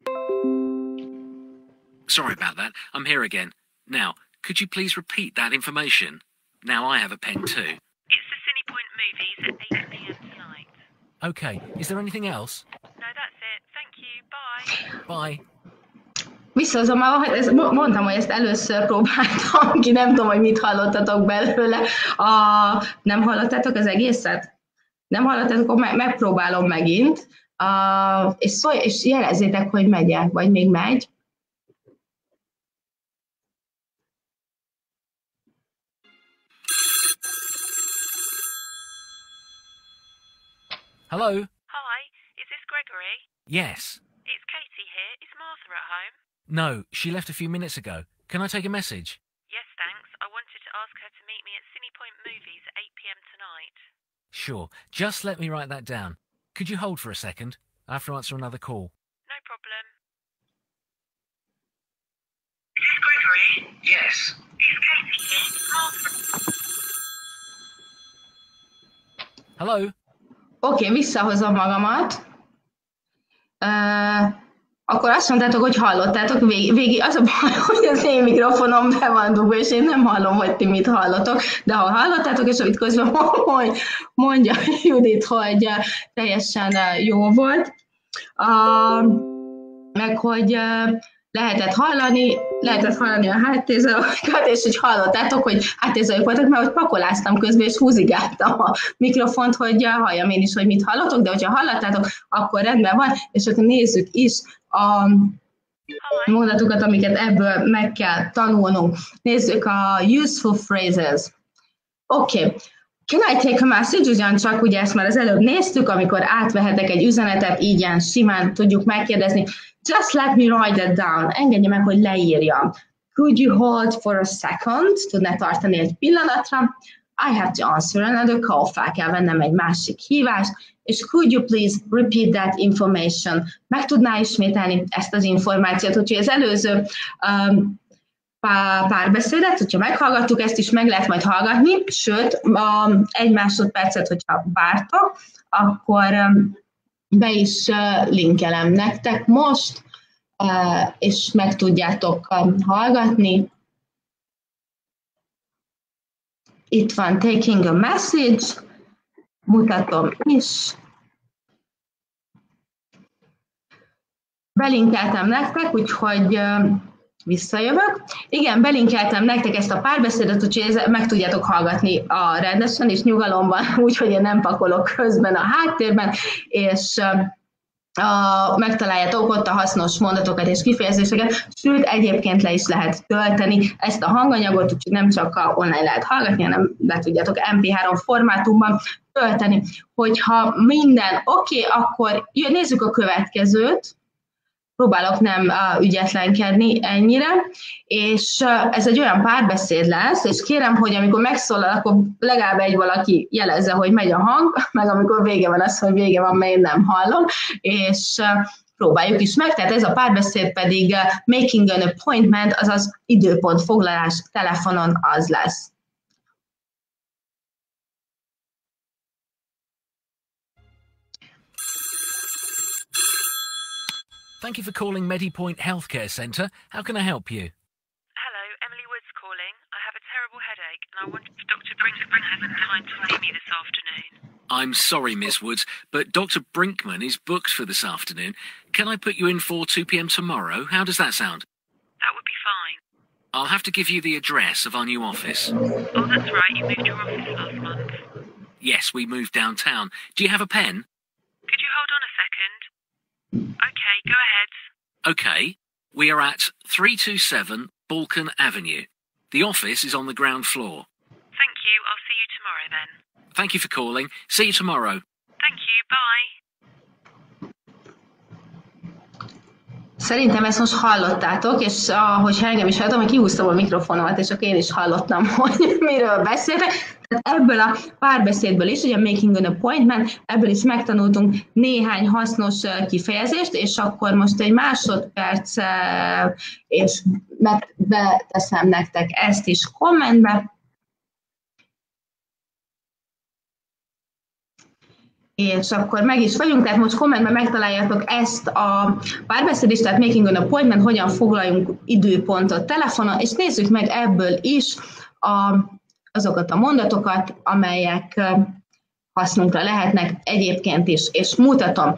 Sorry about that. I'm here again. Now, could you please repeat that information? Now I have a pen too. It's the Cine Point Movies at eight p m tonight. Okay. Is there anything else? No, that's it. Thank you. Bye. Bye. Visszahozom, ezt mondtam, hogy ezt először próbáltam ki, nem tudom, hogy mit hallottatok belőle. A, nem hallottátok az egészet? Nem hallottátok, akkor megpróbálom megint. A, és, szólj, és jelezzétek, hogy megy-e, vagy még megy. Hello? Hi, is this Gregory? Yes. It's Katie here. Is Martha at home? No, she left a few minutes ago. Can I take a message? Yes, thanks. I wanted to ask her to meet me at Cine Point Movies at eight p m tonight. Sure. Just let me write that down. Could you hold for a second? I have to answer another call. No problem. Is this Gregory? Yes. It's Katie here. Is Martha? Hello? Oké, okay, visszahozom magamat. Uh, akkor azt mondtátok, hogy hallottátok végig. Vég, az a baj, hogy az én mikrofonom be van dugva, és én nem hallom, hogy ti mit hallotok. De ha hallottátok, és amit közben mondja Judit, hogy teljesen jó volt. Uh, meg hogy uh, lehetett hallani, lehetett hallani a háttérzajokat, és hogy hallottátok, hogy háttérzajuk voltak, mert hogy pakoláztam közben, és húzigáltam a mikrofont, hogy halljam én is, hogy mit hallotok, de hogyha hallottátok, akkor rendben van, és akkor nézzük is a mondatokat, amiket ebből meg kell tanulnunk. Nézzük a useful phrases. Oké. Okay. Can I take a message? Ugyancsak ugye ezt már az előbb néztük, amikor átvehetek egy üzenetet, így ilyen simán tudjuk megkérdezni. Just let me write that down. Engedje meg, hogy leírjam. Could you hold for a second? Tudná tartani egy pillanatra? I have to answer another call. Fel kell vennem egy másik hívást. És could you please repeat that information? Meg tudná ismételni ezt az információt, úgyhogy az előző um, párbeszédet, hogyha meghallgattuk, ezt is meg lehet majd hallgatni, sőt, um, egy másodpercet, hogyha vártok, akkor um, be is uh, linkelem nektek most, uh, és meg tudjátok um, hallgatni. Itt van taking a message, mutatom is. Belinkeltem nektek, úgyhogy uh, visszajövök. Igen, belinkeltem nektek ezt a párbeszédet, úgyhogy meg tudjátok hallgatni a rendesen és nyugalomban, úgyhogy én nem pakolok közben a háttérben, és uh, megtaláljátok ott a hasznos mondatokat és kifejezéseket, sőt, egyébként le is lehet tölteni ezt a hanganyagot, úgyhogy nem csak a online lehet hallgatni, hanem le tudjátok em pé három formátumban tölteni. Hogyha minden oké, okay, akkor nézzük a következőt. Próbálok nem uh, ügyetlenkedni ennyire, és uh, ez egy olyan párbeszéd lesz, és kérem, hogy amikor megszólal, akkor legalább egy valaki jelezze, hogy megy a hang, meg amikor vége van az, hogy vége van, mert én nem hallom, és uh, próbáljuk is meg. Tehát ez a párbeszéd pedig uh, making an appointment, azaz időpontfoglalás telefonon az lesz. Thank you for calling MediPoint Healthcare Centre. How can I help you? Hello, Emily Woods calling. I have a terrible headache and I wanted Doctor Brink to have some time to see me this afternoon. I'm sorry, Miss Woods, but Doctor Brinkman is booked for this afternoon. Can I put you in for two p m tomorrow? How does that sound? That would be fine. I'll have to give you the address of our new office. Oh, that's right. You moved your office last month. Yes, we moved downtown. Do you have a pen? Could you hold on a second? Okay, go ahead. Okay. We are at three two seven Balkan Avenue. The office is on the ground floor. Thank you. I'll see you tomorrow then. Thank you for calling. See you tomorrow. Thank you. Bye. Szerintem ezt most hallottátok, és ahogy engem is hallottam, hogy kihúztam a mikrofonomat, és akkor én is hallottam, hogy miről beszéltek. Tehát ebből a párbeszédből is, ugye Making an Appointment, ebből is megtanultunk néhány hasznos kifejezést, és akkor most egy másodperc, és beteszem nektek ezt is kommentbe. És akkor meg is vagyunk, tehát most kommentben megtaláljátok ezt a párbeszédést, tehát Making an Appointment, hogyan foglaljunk időpontot telefonon, és nézzük meg ebből is a, azokat a mondatokat, amelyek hasznunkra lehetnek egyébként is, és mutatom.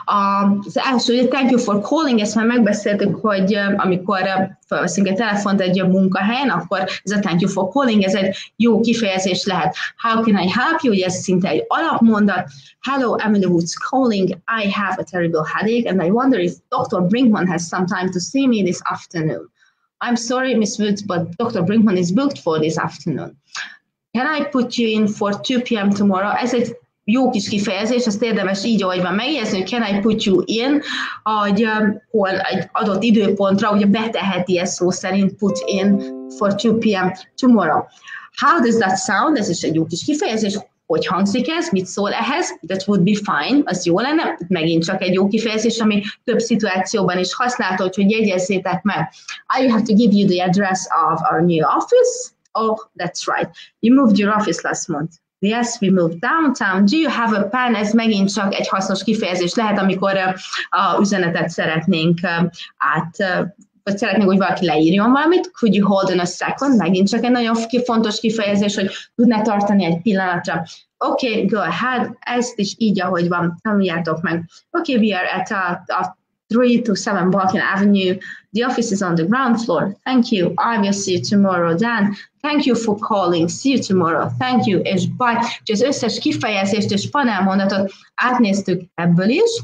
Az első, hogy thank you for calling, ezt már megbeszéltük, hogy amikor felveszünk egy telefont egy munkahelyen, akkor ez a thank you for calling, ez egy jó kifejezés lehet. How can I help you? Ugye ez szinte egy alapmondat. Hello, Emily Woods calling. I have a terrible headache, and I wonder if Doctor Brinkman has some time to see me this afternoon. I'm sorry, Miss Woods, but Doctor Brinkman is booked for this afternoon. Can I put you in for two p m tomorrow? Ez egy jó kis kifejezés, azt érdemes így, ahogy van megjegyezni, hogy can I put you in, hogy hol egy adott időpontra, ugye beteheti ezt szó szerint put in for two p m tomorrow. How does that sound? Ez is egy jó kis kifejezés. Hogy hangzik ez? Mit szól ehhez? That would be fine, az jó lenne. Megint csak egy jó kifejezés, ami több szituációban is használható, hogy jegyezzétek meg. I have to give you the address of our new office. Oh, that's right. You moved your office last month. Yes, we moved downtown. Do you have a pen? Ez megint csak egy hasznos kifejezés lehet, amikor a üzenetet szeretnénk át, vagy szeretnénk, hogy valaki leírjon valamit. Could you hold on a second? Megint csak egy nagyon fontos kifejezés, hogy tudná tartani egy pillanatra. Okay, go ahead. Ezt is így, ahogy van, tanuljátok meg. Okay, we are at a, a three two seven Balkan Avenue. The office is on the ground floor. Thank you. I will see you tomorrow, Dan. Thank you for calling. See you tomorrow. Thank you, és bye. És az összes kifejezést és panelmondatot átnéztük ebből is,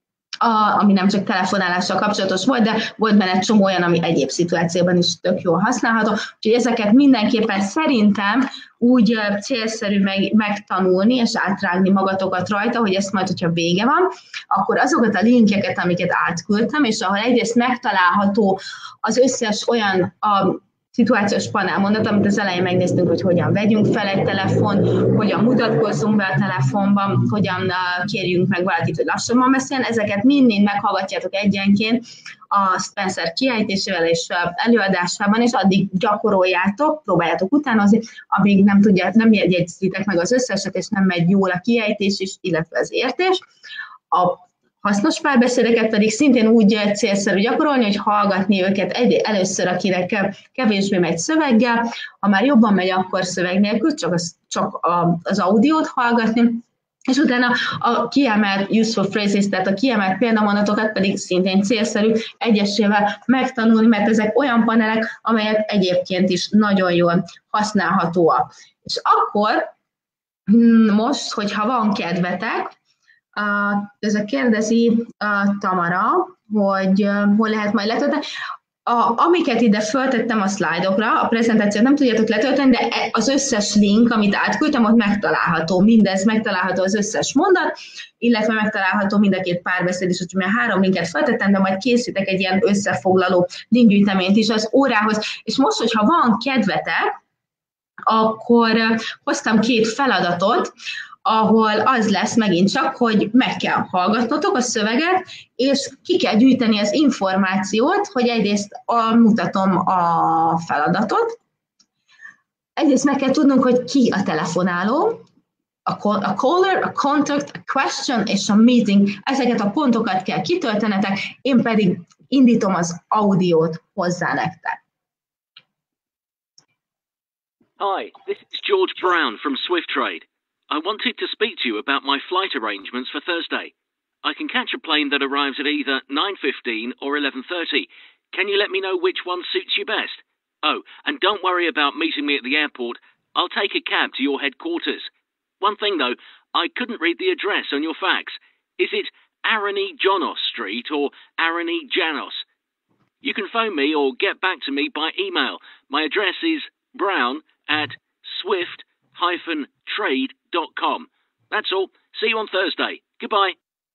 a, ami nem csak telefonálással kapcsolatos volt, de volt benne egy csomó olyan, ami egyéb szituációban is tök jól használható. Úgyhogy ezeket mindenképpen szerintem úgy célszerű meg, megtanulni, és átrágni magatokat rajta, hogy ezt majd, hogyha vége van, akkor azokat a linkeket, amiket átküldtem, és ahol egyrészt megtalálható az összes olyan a szituációs panelmondat, amit az elején megnéztünk, hogy hogyan vegyünk fel egy telefon, hogyan mutatkozzunk be a telefonban, hogyan kérjünk meg valakit, hogy lassabban beszéljen, ezeket mind-mind meghallgatjátok egyenként a Spencer kiejtésével és előadásában, és addig gyakoroljátok, próbáljátok utánozni, amíg nem tudják, nem jegyzitek meg az összeset, és nem megy jól a kiejtés is, illetve az értés. A hasznos párbeszédeket pedig szintén úgy célszerű gyakorolni, hogy hallgatni őket egy, először, akinek kevésbé megy szöveggel, ha már jobban megy, akkor szöveg nélkül, csak az, csak a, az audiót hallgatni, és utána a kiemelt useful phrases, tehát a kiemelt példamondatokat pedig szintén célszerű egyesével megtanulni, mert ezek olyan panelek, amelyek egyébként is nagyon jól használhatóak. És akkor most, hogyha van kedvetek, Uh, ez a kérdezi uh, Tamara, hogy uh, hol lehet majd letölteni. A, amiket ide föltettem a szlájdokra, a prezentációt nem tudjátok letölteni, de az összes link, amit átküldtem, ott megtalálható. Mindez megtalálható, az összes mondat, illetve megtalálható mind a két párbeszéd is, úgyhogy már három linket föltettem, de majd készítek egy ilyen összefoglaló linkgyűjteményt is az órához. És most, hogyha van kedvetek, akkor uh, hoztam két feladatot, ahol az lesz megint csak, hogy meg kell hallgatnotok a szöveget, és ki kell gyűjteni az információt, hogy egyrészt a, mutatom a feladatot, egyrészt meg kell tudnunk, hogy ki a telefonáló, a, a caller, a contact, a question és a meeting, ezeket a pontokat kell kitöltenetek, én pedig indítom az audiót hozzá nektek. Hi, this is George Brown from Swift Trade. I wanted to speak to you about my flight arrangements for Thursday. I can catch a plane that arrives at either nine fifteen or eleven thirty. Can you let me know which one suits you best? Oh, and don't worry about meeting me at the airport. I'll take a cab to your headquarters. One thing though, I couldn't read the address on your fax. Is it Arani Janos Street or Arani Janos? You can phone me or get back to me by email. My address is brown at swift dash trade dot com. That's all. See you on Thursday. Goodbye.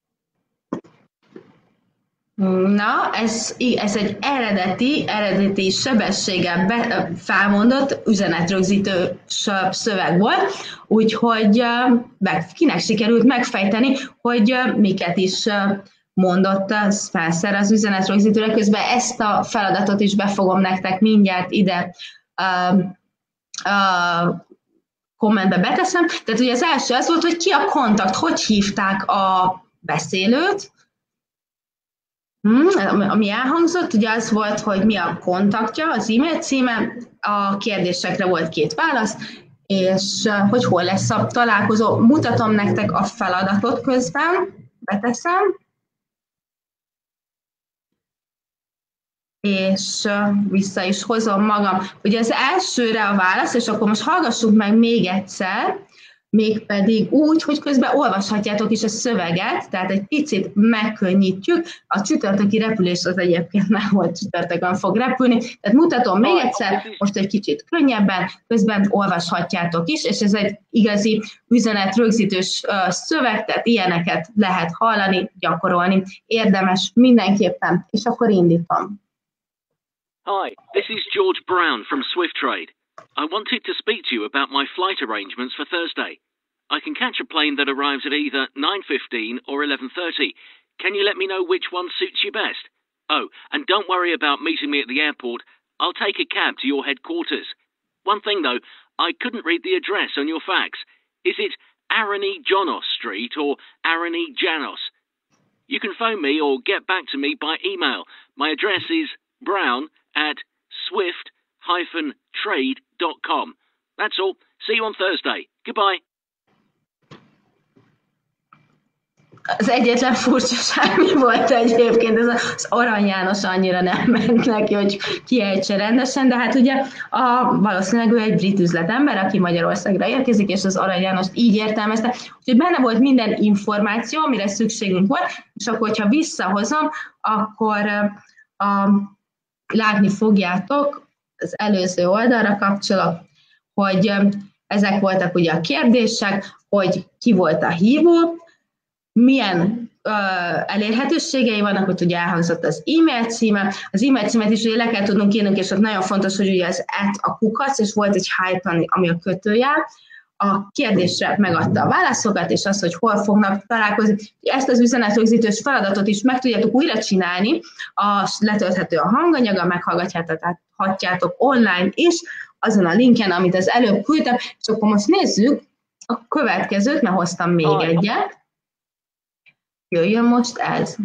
Na, ez, ez egy eredeti, eredeti sebességgel be, felmondott üzenetrögzítő szöveg volt, úgyhogy meg, kinek sikerült megfejteni, hogy miket is mondott Spencer az üzenetrögzítőre. Közben ezt a feladatot is be fogom nektek mindjárt ide uh, uh, kommentbe beteszem. Tehát ugye az első az volt, hogy ki a kontakt, hogy hívták a beszélőt. Hmm, ami elhangzott, ugye az volt, hogy mi a kontaktja, az e-mail címe, a kérdésekre volt két válasz, és hogy hol lesz a találkozó. Mutatom nektek a feladatot közben, beteszem, és vissza is hozom magam. Ugye az elsőre a válasz, és akkor most hallgassuk meg még egyszer, mégpedig úgy, hogy közben olvashatjátok is a szöveget, tehát egy picit megkönnyítjük. A csütörtöki repülés az egyébként nem volt csütörtökön fog repülni, tehát mutatom még egyszer, most egy kicsit könnyebben, közben olvashatjátok is, és ez egy igazi üzenetrögzítős szöveg, tehát ilyeneket lehet hallani, gyakorolni. Érdemes mindenképpen, és akkor indítom. Hi, this is George Brown from Swift Trade. I wanted to speak to you about my flight arrangements for Thursday. I can catch a plane that arrives at either nine fifteen or eleven thirty. Can you let me know which one suits you best? Oh, and don't worry about meeting me at the airport. I'll take a cab to your headquarters. One thing though, I couldn't read the address on your fax. Is it Arani Janos Street or Arani Janos? You can phone me or get back to me by email. My address is brown at swift dash trade dot com. That's all. See you on Thursday. Goodbye. Az egyetlen furcsaság mi volt egyébként, ez az Arany János annyira nem ment neki, hogy kiejtse rendesen, de hát ugye a, valószínűleg ő egy brit üzletember, aki Magyarországra érkezik, és az Arany Jánost így értelmezte, úgyhogy benne volt minden információ, amire szükségünk volt, és akkor, hogyha visszahozom, akkor a, látni fogjátok az előző oldalra kapcsolok, hogy ezek voltak ugye a kérdések, hogy ki volt a hívó, milyen uh, elérhetőségei vannak, hogy ugye elhangzott az e-mail címe, az e-mail címet is ugye le kell tudnunk írnunk, és ott nagyon fontos, hogy ugye az at a kukac, és volt egy hyphen, ami a kötőjel, a kérdésre megadta a válaszokat, és az, hogy hol fognak találkozni. Ezt az üzenetrögzítős feladatot is meg tudjátok újra csinálni, a letölthető a hanganyaga, meghallgathatjátok online is, azon a linken, amit az előbb küldtem, és akkor most nézzük a következőt, mert hoztam még oh, egyet. Jöjjön most ez.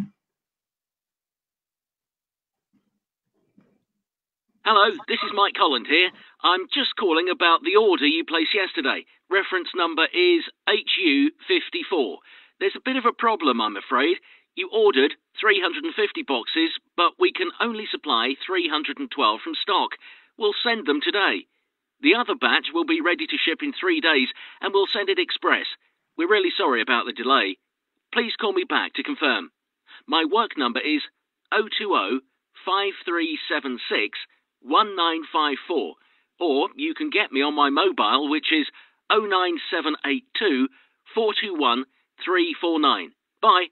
Hello, this is Mike Holland here. I'm just calling about the order you placed yesterday. Reference number is H U fifty-four. There's a bit of a problem, I'm afraid. You ordered three hundred fifty boxes, but we can only supply three hundred twelve from stock. We'll send them today. The other batch will be ready to ship in three days, and we'll send it express. We're really sorry about the delay. Please call me back to confirm. My work number is zero two zero, five three seven six, one nine five four, or you can get me on my mobile, which is zero nine seven eight two, four two one, three four nine. Bye.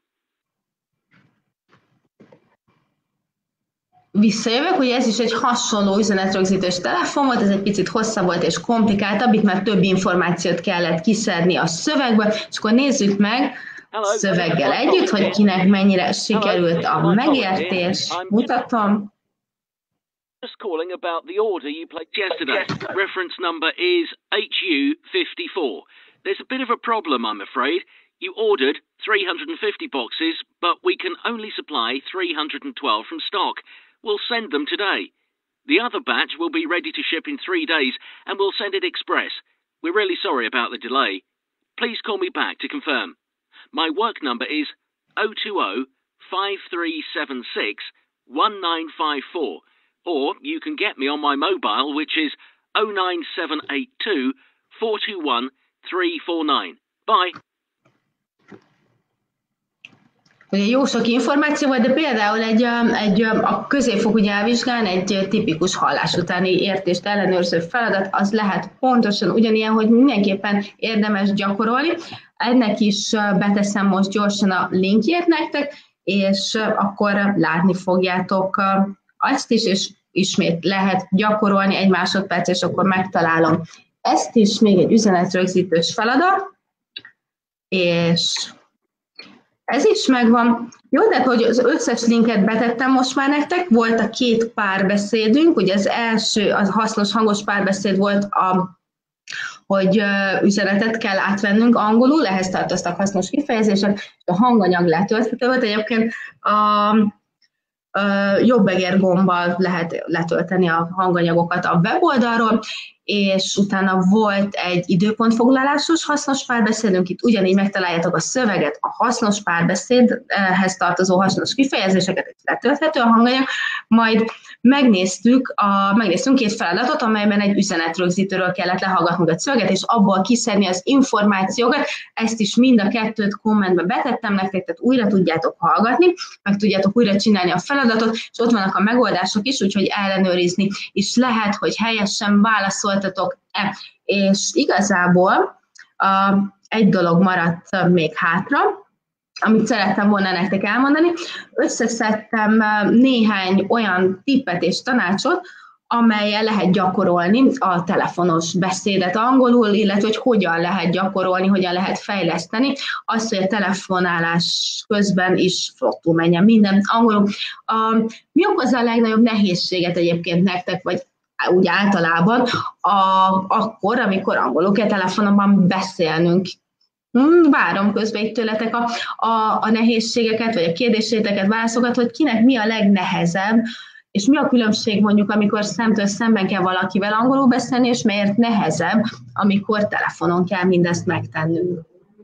Visszajövök, hogy ez is egy hasonló üzenetrögzítős telefon volt, ez egy picit hosszabb volt és komplikáltabb, itt már több információt kellett kiszedni a szövegből, és akkor nézzük meg szöveggel együtt, hogy kinek mennyire sikerült a megértés. Mutatom. Just calling about the order you placed yesterday. Reference number is H U fifty-four. There's a bit of a problem, I'm afraid. You ordered three hundred fifty boxes, but we can only supply three hundred twelve from stock. We'll send them today. The other batch will be ready to ship in three days, and we'll send it express. We're really sorry about the delay. please call me back to confirm. My work number is oh two oh, five three seven six, one nine five four, or you can get me on my mobile, which is oh nine seven eight two, four two one, three four nine. Bye. Ugye jó sok információ volt, de például egy, egy, a középfokú nyelvvizsgán egy tipikus hallás utáni értést ellenőrző feladat, az lehet pontosan ugyanilyen, hogy mindenképpen érdemes gyakorolni. Ennek is beteszem most gyorsan a linkjét nektek, és akkor látni fogjátok azt is, és ismét lehet gyakorolni egy másodperc, és akkor megtalálom. Ezt is még egy üzenetrögzítős feladat, és ez is megvan. Jó, de hogy az összes linket betettem most már nektek, volt a két párbeszédünk, ugye az első, az hasznos hangos párbeszéd volt, a, hogy üzenetet kell átvennünk angolul, ehhez tartoztak hasznos kifejezések, és a hanganyag letölthető volt. Egyébként a, a jobbegér gombbal lehet letölteni a hanganyagokat a weboldalról, és utána volt egy időpontfoglalásos hasznos párbeszédünk, itt ugyanígy megtaláljátok a szöveget, a hasznos párbeszédhez tartozó hasznos kifejezéseket, és letölthető a hanganyag, majd megnéztük a, megnéztünk két feladatot, amelyben egy üzenetrögzítőről kellett lehallgatnunk egy szöveget, és abból kiszedni az információkat, ezt is mind a kettőt kommentbe betettem nektek, tehát újra tudjátok hallgatni, meg tudjátok újra csinálni a feladatot, és ott vannak a megoldások is, úgyhogy ellenőrizni is lehet, hogy helyesen válaszoltatok-e. És igazából a, egy dolog maradt még hátra, amit szerettem volna nektek elmondani. Összeszedtem néhány olyan tippet és tanácsot, amellyel lehet gyakorolni a telefonos beszédet angolul, illetve hogy hogyan lehet gyakorolni, hogyan lehet fejleszteni azt, hogy a telefonálás közben is flottul menjen minden angolul. A, mi okozza a legnagyobb nehézséget egyébként nektek, vagy úgy általában, a, akkor, amikor angolul kell telefonon beszélnünk? Hmm, várom közben itt tőletek a, a, a nehézségeket, vagy a kérdéséteket, válaszokat, hogy kinek mi a legnehezebb, és mi a különbség mondjuk, amikor szemtől szemben kell valakivel angolul beszélni, és miért nehezebb, amikor telefonon kell mindezt megtennünk.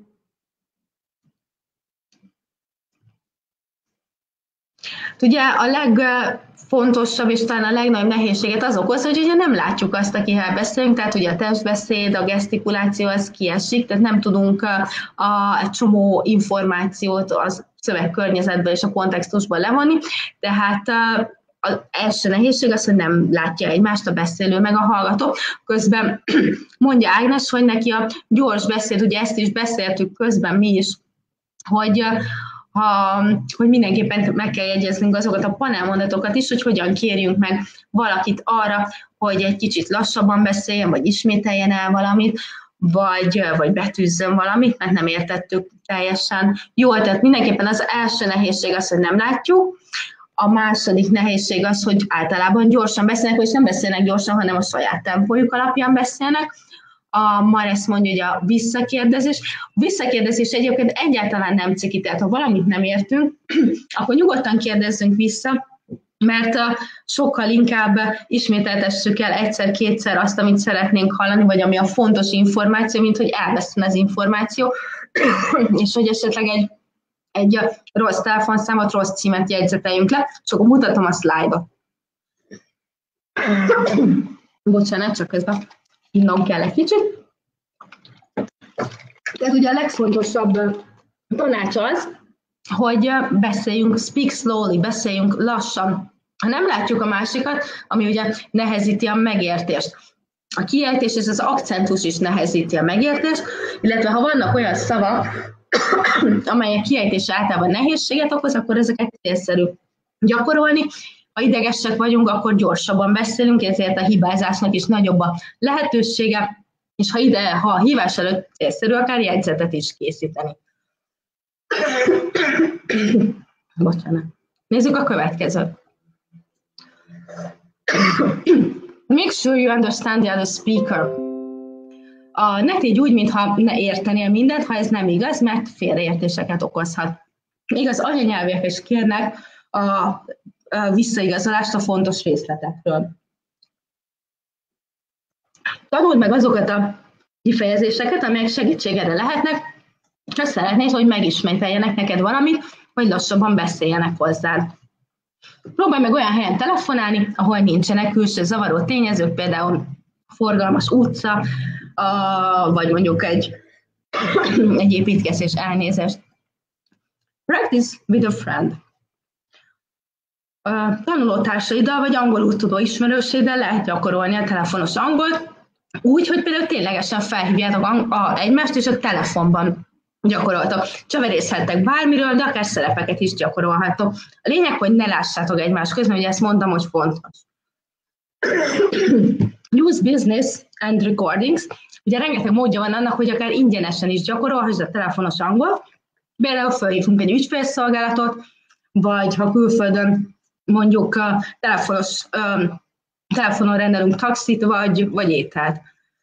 Ugye a legfontosabb és talán a legnagyobb nehézséget az okoz, hogy ugye nem látjuk azt, akivel beszélünk, tehát ugye a testbeszéd, a gesztikuláció az kiesik, tehát nem tudunk a, a, egy csomó információt az szövegkörnyezetből és a kontextusból levonni, tehát az első nehézség az, hogy nem látja egymást a beszélő meg a hallgató. Közben mondja Ágnes, hogy neki a gyors beszéd, ugye ezt is beszéltük közben mi is, hogy, ha, hogy mindenképpen meg kell jegyeznünk azokat a panelmondatokat is, hogy hogyan kérjünk meg valakit arra, hogy egy kicsit lassabban beszéljen, vagy ismételjen el valamit, vagy, vagy betűzzön valamit, mert nem értettük teljesen jól. Tehát mindenképpen az első nehézség az, hogy nem látjuk. A második nehézség az, hogy általában gyorsan beszélnek, és nem beszélnek gyorsan, hanem a saját tempójuk alapján beszélnek. A Maresz mondja, hogy a visszakérdezés. A visszakérdezés egyébként egyáltalán nem ciki, tehát ha valamit nem értünk, akkor nyugodtan kérdezzünk vissza, mert sokkal inkább ismételtessük el egyszer-kétszer azt, amit szeretnénk hallani, vagy ami a fontos információ, mint hogy elveszten az információ, és hogy esetleg egy egy rossz telefonszámot, rossz címet jegyzeteljünk le, és akkor mutatom a szlájdot. Bocsánat, csak közben innom kell egy kicsit. Tehát ugye a legfontosabb tanács az, hogy beszéljünk, speak slowly, beszéljünk lassan. Ha nem látjuk a másikat, ami ugye nehezíti a megértést. A kiejtés és az akcentus is nehezíti a megértést, illetve ha vannak olyan szavak, amelyek kiejtése általában nehézséget okoz, akkor ezeket célszerű gyakorolni. Ha idegesek vagyunk, akkor gyorsabban beszélünk, ezért a hibázásnak is nagyobb a lehetősége, és ha, ide, ha a hívás előtt célszerű, akár jegyzetet is készíteni. Bocsánat. Nézzük a következőt. Make sure you understand the other speaker. A, ne tégy úgy, mintha ne értenél mindent, ha ez nem igaz, mert félreértéseket okozhat. Még az anyanyelviek is kérnek a, a visszaigazolást a fontos részletekről. Tanuld meg azokat a kifejezéseket, amelyek segítségedre lehetnek, és azt szeretnéd, hogy megismételjenek neked valamit, vagy lassabban beszéljenek hozzád. Próbálj meg olyan helyen telefonálni, ahol nincsenek külső zavaró tényezők, például forgalmas utca, vagy mondjuk egy, egy építkezés, elnézést. Practice with a friend. Tanulótársaiddal vagy angolul tudó ismerőséddel lehet gyakorolni a telefonos angolt, úgy, hogy például ténylegesen felhívjátok egymást, és a telefonban gyakoroltok. Csaverészhettek bármiről, de akár szerepeket is gyakorolhattok. A lényeg, hogy ne lássátok egymás közben, ugye ezt mondtam, hogy fontos. Use business and recordings. Ugye rengeteg módja van annak, hogy akár ingyenesen is gyakorolhass a telefonos angolt. Például felhívunk egy ügyfélszolgálatot, vagy ha külföldön mondjuk a telefonos, um, telefonon rendelünk taxit, vagy, vagy ételt.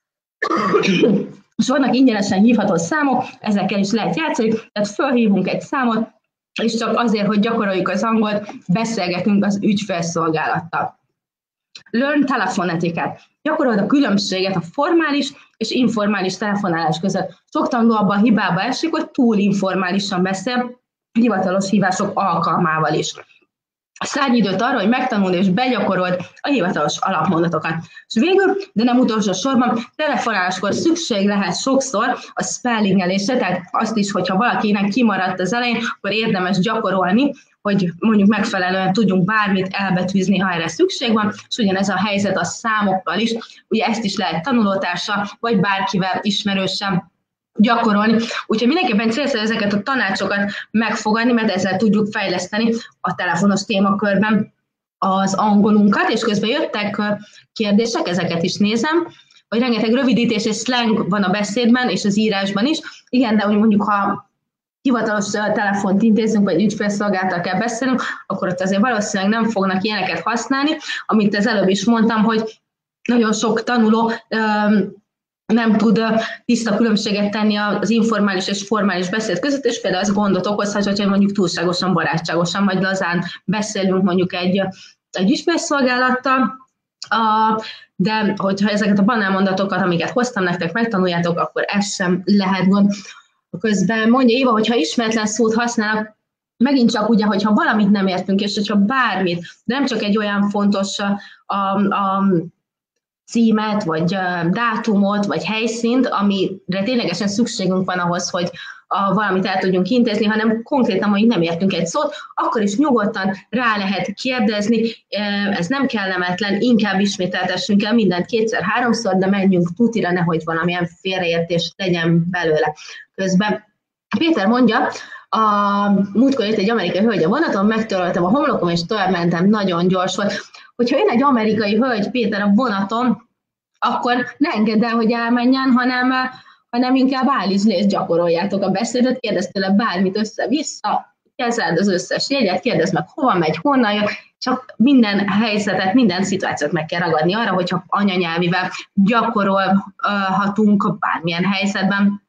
És vannak ingyenesen hívható számok, ezekkel is lehet játszani, tehát felhívunk egy számot, és csak azért, hogy gyakoroljuk az angolt, beszélgetünk az ügyfélszolgálattal. Learn telephone etiquette. Gyakorold a különbséget a formális és informális telefonálás között. Sok tanuló abban a hibába esik, hogy túl informálisan beszél, hivatalos hívások alkalmával is. Szállj időt arra, hogy megtanuld és begyakorold a hivatalos alapmondatokat. És végül, de nem utolsó sorban, telefonáláskor szükség lehet sokszor a spellingelésre, tehát azt is, hogyha valakinek kimaradt az elején, akkor érdemes gyakorolni, hogy mondjuk megfelelően tudjunk bármit elbetűzni, ha erre szükség van, és ugyanez a helyzet a számokkal is, ugye ezt is lehet tanulótársa, vagy bárkivel ismerősen gyakorolni. Úgyhogy mindenképpen célszerű ezeket a tanácsokat megfogadni, mert ezzel tudjuk fejleszteni a telefonos témakörben az angolunkat, és közben jöttek kérdések, ezeket is nézem, hogy rengeteg rövidítés és slang van a beszédben és az írásban is. Igen, de mondjuk ha hivatalos telefont intézünk, vagy ügyfélszolgálattal kell beszélnünk, akkor ott azért valószínűleg nem fognak ilyeneket használni, amit az előbb is mondtam, hogy nagyon sok tanuló nem tud tiszta különbséget tenni az informális és formális beszéd között, és például ez gondot okozhat, hogyha mondjuk túlságosan barátságosan vagy lazán beszélünk mondjuk egy, egy ügyfélszolgálattal, de hogyha ezeket a banálmondatokat, amiket hoztam nektek, megtanuljátok, akkor ez sem lehet gond. Közben mondja Éva, hogyha ismeretlen szót használnak, megint csak ugye, hogyha valamit nem értünk, és hogyha bármit, de nem csak egy olyan fontos a, a címet, vagy dátumot, vagy helyszínt, amire ténylegesen szükségünk van ahhoz, hogy a, valamit el tudjunk intézni, hanem konkrétan, hogy nem értünk egy szót, akkor is nyugodtan rá lehet kérdezni, ez nem kellemetlen, inkább ismételtessünk el mindent kétszer-háromszor, de menjünk tutira, nehogy valamilyen félreértés legyen belőle. Közben Péter mondja, a múltkor jött egy amerikai hölgy a vonaton, megtöröltem a homlokom, és tovább mentem, nagyon gyors volt. Hogyha én egy amerikai hölgy, Péter, a vonaton, akkor ne engedd el, hogy elmenjen, hanem, hanem inkább állítsd le, és gyakoroljátok a beszédet, kérdezz tőle bármit össze-vissza, kezeld az összes jegyet, kérdezd meg, hova megy, honnan jön, csak minden helyzetet, minden szituációt meg kell ragadni arra, hogyha anyanyelvivel gyakorolhatunk bármilyen helyzetben.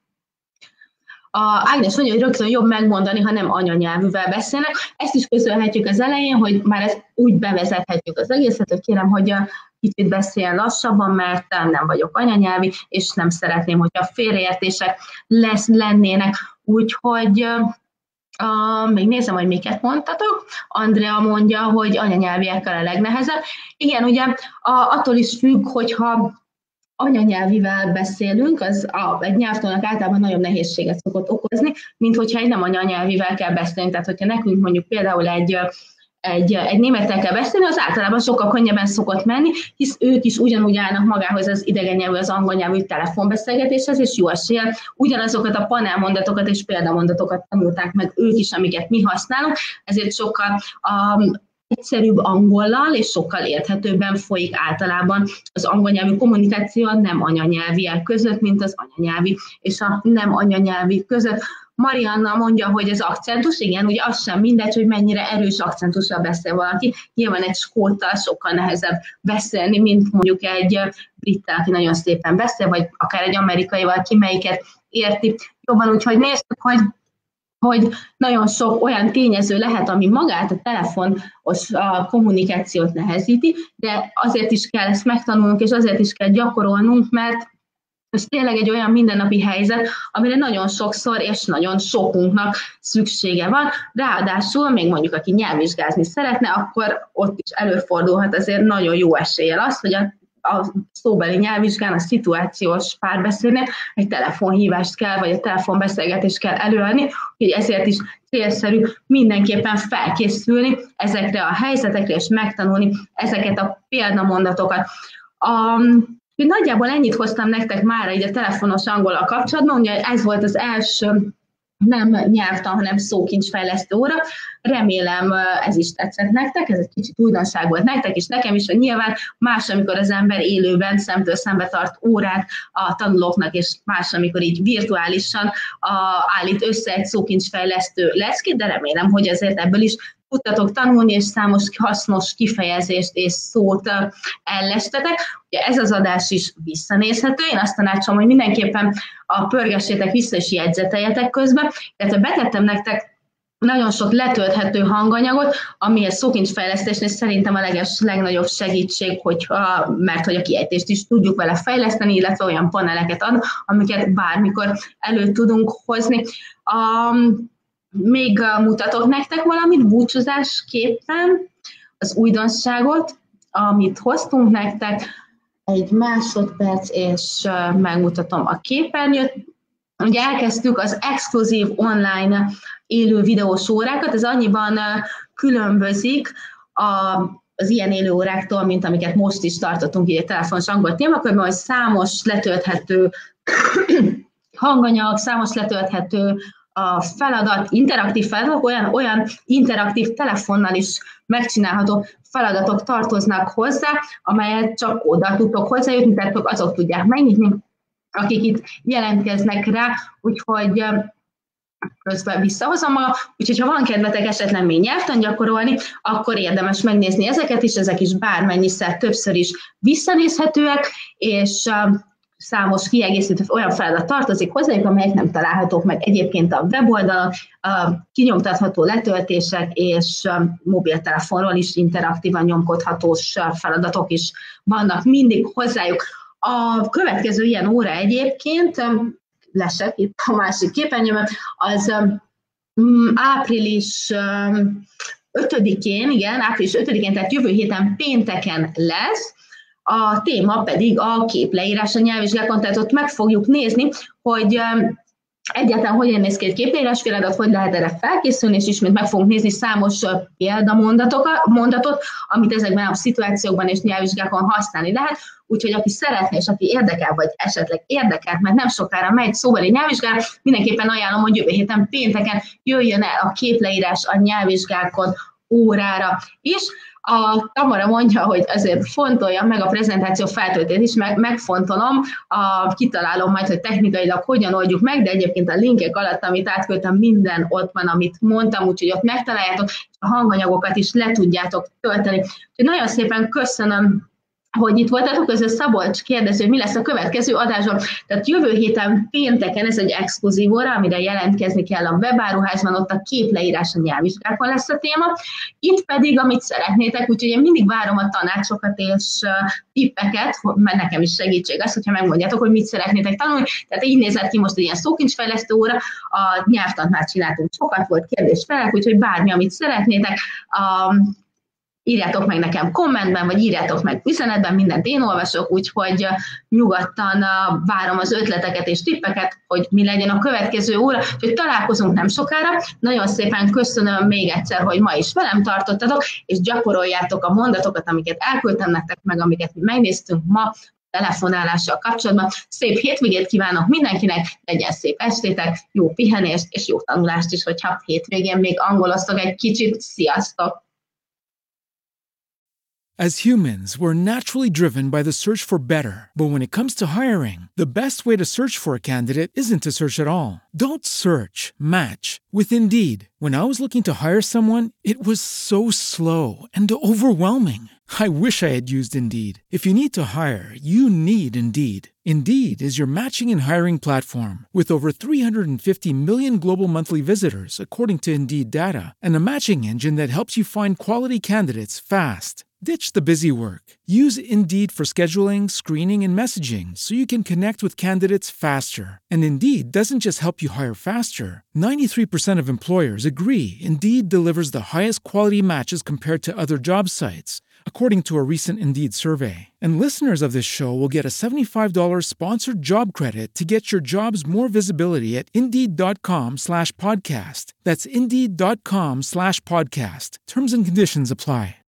A Ágnes mondja, hogy rögtön jobb megmondani, ha nem anyanyelvűvel beszélnek. Ezt is közölhetjük az elején, hogy már ezt úgy bevezethetjük az egészet, hogy kérem, hogy kicsit beszéljen lassabban, mert nem vagyok anyanyelvi, és nem szeretném, hogyha félreértések lesz, lennének. Úgyhogy uh, még nézem, hogy miket mondtatok. Andrea mondja, hogy anyanyelviekkel a legnehezebb. Igen, ugye a, attól is függ, hogyha anyanyelvivel beszélünk, az a, egy nyelvtannak általában nagyobb nehézséget szokott okozni, mint hogyha egy nem anyanyelvivel kell beszélni. Tehát, hogyha nekünk mondjuk például egy, egy, egy némettel kell beszélni, az általában sokkal könnyebben szokott menni, hisz ők is ugyanúgy állnak magához az idegen nyelvű, az angol nyelvű telefonbeszélgetéshez, és jó eséllyel ugyanazokat a panelmondatokat és példamondatokat tanulták meg ők is, amiket mi használunk, ezért sokkal a egyszerűbb angollal és sokkal érthetőbben folyik általában az angol nyelvű kommunikáció a nem anyanyelviek között, mint az anyanyelvi és a nem anyanyelvi között. Marianna mondja, hogy az akcentus, igen, ugye az sem mindegy, hogy mennyire erős akcentussal beszél valaki. Nyilván egy skóttal sokkal nehezebb beszélni, mint mondjuk egy brittel, aki nagyon szépen beszél, vagy akár egy amerikaival, ki melyiket érti jobban. Úgyhogy néztük, hogy hogy nagyon sok olyan tényező lehet, ami magát a telefonos a kommunikációt nehezíti, de azért is kell ezt megtanulnunk, és azért is kell gyakorolnunk, mert Ez tényleg egy olyan mindennapi helyzet, amire nagyon sokszor és nagyon sokunknak szüksége van. Ráadásul még mondjuk, aki nyelvvizsgázni szeretne, akkor ott is előfordulhat azért nagyon jó eséllyel az, hogy a a szóbeli nyelvvizsgán, a szituációs párbeszédnél egy telefonhívást kell, vagy egy telefonbeszélgetést kell előadni, úgyhogy ezért is célszerű mindenképpen felkészülni ezekre a helyzetekre, és megtanulni ezeket a példamondatokat. A, nagyjából ennyit hoztam nektek mára így a telefonos angollal kapcsolatban, ugye ez volt az első nem nyelvtan, hanem szókincsfejlesztő óra. Remélem ez is tetszett nektek, ez egy kicsit újdonság volt nektek, és nekem is, hogy nyilván más, amikor az ember élőben szemtől szembe tart órát a tanulóknak, és más, amikor így virtuálisan a, állít össze egy szókincsfejlesztő leckét, de remélem, hogy azért ebből is tudtatok tanulni, és számos hasznos kifejezést és szót ellestetek. Ugye ez az adás is visszanézhető. Én azt tanácsolom, hogy mindenképpen a pörgessétek vissza és jegyzeteljetek közben. Tehát betettem nektek nagyon sok letölthető hanganyagot, ami a szókincsfejlesztésnél szerintem a leges, legnagyobb segítség, hogyha, mert hogy a kiejtést is tudjuk vele fejleszteni, illetve olyan paneleket ad, amiket bármikor elő tudunk hozni. Um, Még mutatok nektek valamit búcsúzásképpen, az újdonságot, amit hoztunk nektek. Egy másodperc, és megmutatom a képernyőt. Ugye elkezdtük az exkluzív online élő videós órákat, ez annyiban különbözik a, az ilyen élő óráktól, mint amiket most is tartottunk így a telefonos angol témakörben, hogy számos letölthető hanganyag, számos letölthető a feladat, interaktív feladatok, olyan, olyan interaktív telefonnal is megcsinálható feladatok tartoznak hozzá, amelyet csak oda tudtok hozzájutni, tehát azok tudják megnyitni, akik itt jelentkeznek rá, úgyhogy közben visszahozom magam. Úgyhogy ha van kedvetek esetleg még nyelvtan gyakorolni, akkor érdemes megnézni ezeket is, ezek is bármennyiszer többször is visszanézhetőek, és számos kiegészítő olyan feladat tartozik hozzájuk, amelyek nem találhatók meg egyébként a weboldalon, a kinyomtatható letöltések és mobiltelefonról is interaktívan nyomkodhatós feladatok is vannak mindig hozzájuk. A következő ilyen óra egyébként, lesek itt a másik képernyőben, az április ötödikén, igen, április ötödikén, tehát jövő héten pénteken lesz. A téma pedig a képleírás a nyelvvizsgákon, tehát ott meg fogjuk nézni, hogy egyáltalán hogyan néz ki egy képleírás feladat, hogy lehet erre felkészülni, és ismét meg fogunk nézni számos példamondatot, amit ezekben a szituációkban és nyelvvizsgákon használni lehet. Úgyhogy aki szeretne, és aki érdekel, vagy esetleg érdekel, mert nem sokára megy szóbeli nyelvvizsgára, mindenképpen ajánlom, hogy jövő héten pénteken jöjjön el a képleírás a nyelvvizsgákon órára is. A Tamara mondja, hogy azért fontoljam meg a prezentáció feltöltést is, meg, megfontolom, a, kitalálom majd, hogy technikailag hogyan oldjuk meg, de egyébként a linkek alatt, amit átküldtem, minden ott van, amit mondtam, úgyhogy ott megtaláljátok, és a hanganyagokat is le tudjátok tölteni. Úgyhogy nagyon szépen köszönöm, hogy itt voltatok, közben Szabolcs kérdező, hogy mi lesz a következő adásban. Tehát jövő héten pénteken, ez egy exkluzív óra, amire jelentkezni kell a webáruházban, ott a képleírás a nyelvvizsgákon lesz a téma. Itt pedig, amit szeretnétek, úgyhogy én mindig várom a tanácsokat és tippeket, mert nekem is segítség az, hogyha megmondjátok, hogy mit szeretnétek tanulni. Tehát így nézett ki most egy ilyen szókincsfejlesztő óra, a nyelvtant már csináltunk sokat, volt kérdés-felek, úgyhogy bármi, amit szeretnétek, a írjátok meg nekem kommentben, vagy írjátok meg üzenetben, mindent én olvasok, úgyhogy nyugodtan várom az ötleteket és tippeket, hogy mi legyen a következő óra, úgyhogy találkozunk nem sokára. Nagyon szépen köszönöm még egyszer, hogy ma is velem tartottatok, és gyakoroljátok a mondatokat, amiket elküldtem nektek, meg amiket mi megnéztünk ma telefonálással kapcsolatban. Szép hétvégét kívánok mindenkinek, legyen szép estétek, jó pihenést, és jó tanulást is, hogyha hétvégén még angoloztok egy kicsit. Sziasztok! As humans, we're naturally driven by the search for better. But when it comes to hiring, the best way to search for a candidate isn't to search at all. Don't search, match with Indeed. When I was looking to hire someone, it was so slow and overwhelming. I wish I had used Indeed. If you need to hire, you need Indeed. Indeed is your matching and hiring platform with over three hundred fifty million global monthly visitors, according to Indeed data, and a matching engine that helps you find quality candidates fast. Ditch the busy work. Use Indeed for scheduling, screening, and messaging so you can connect with candidates faster. And Indeed doesn't just help you hire faster. ninety-three percent of employers agree Indeed delivers the highest quality matches compared to other job sites, according to a recent Indeed survey. And listeners of this show will get a seventy-five dollars sponsored job credit to get your jobs more visibility at Indeed.com slash podcast. That's Indeed.com slash podcast. Terms and conditions apply.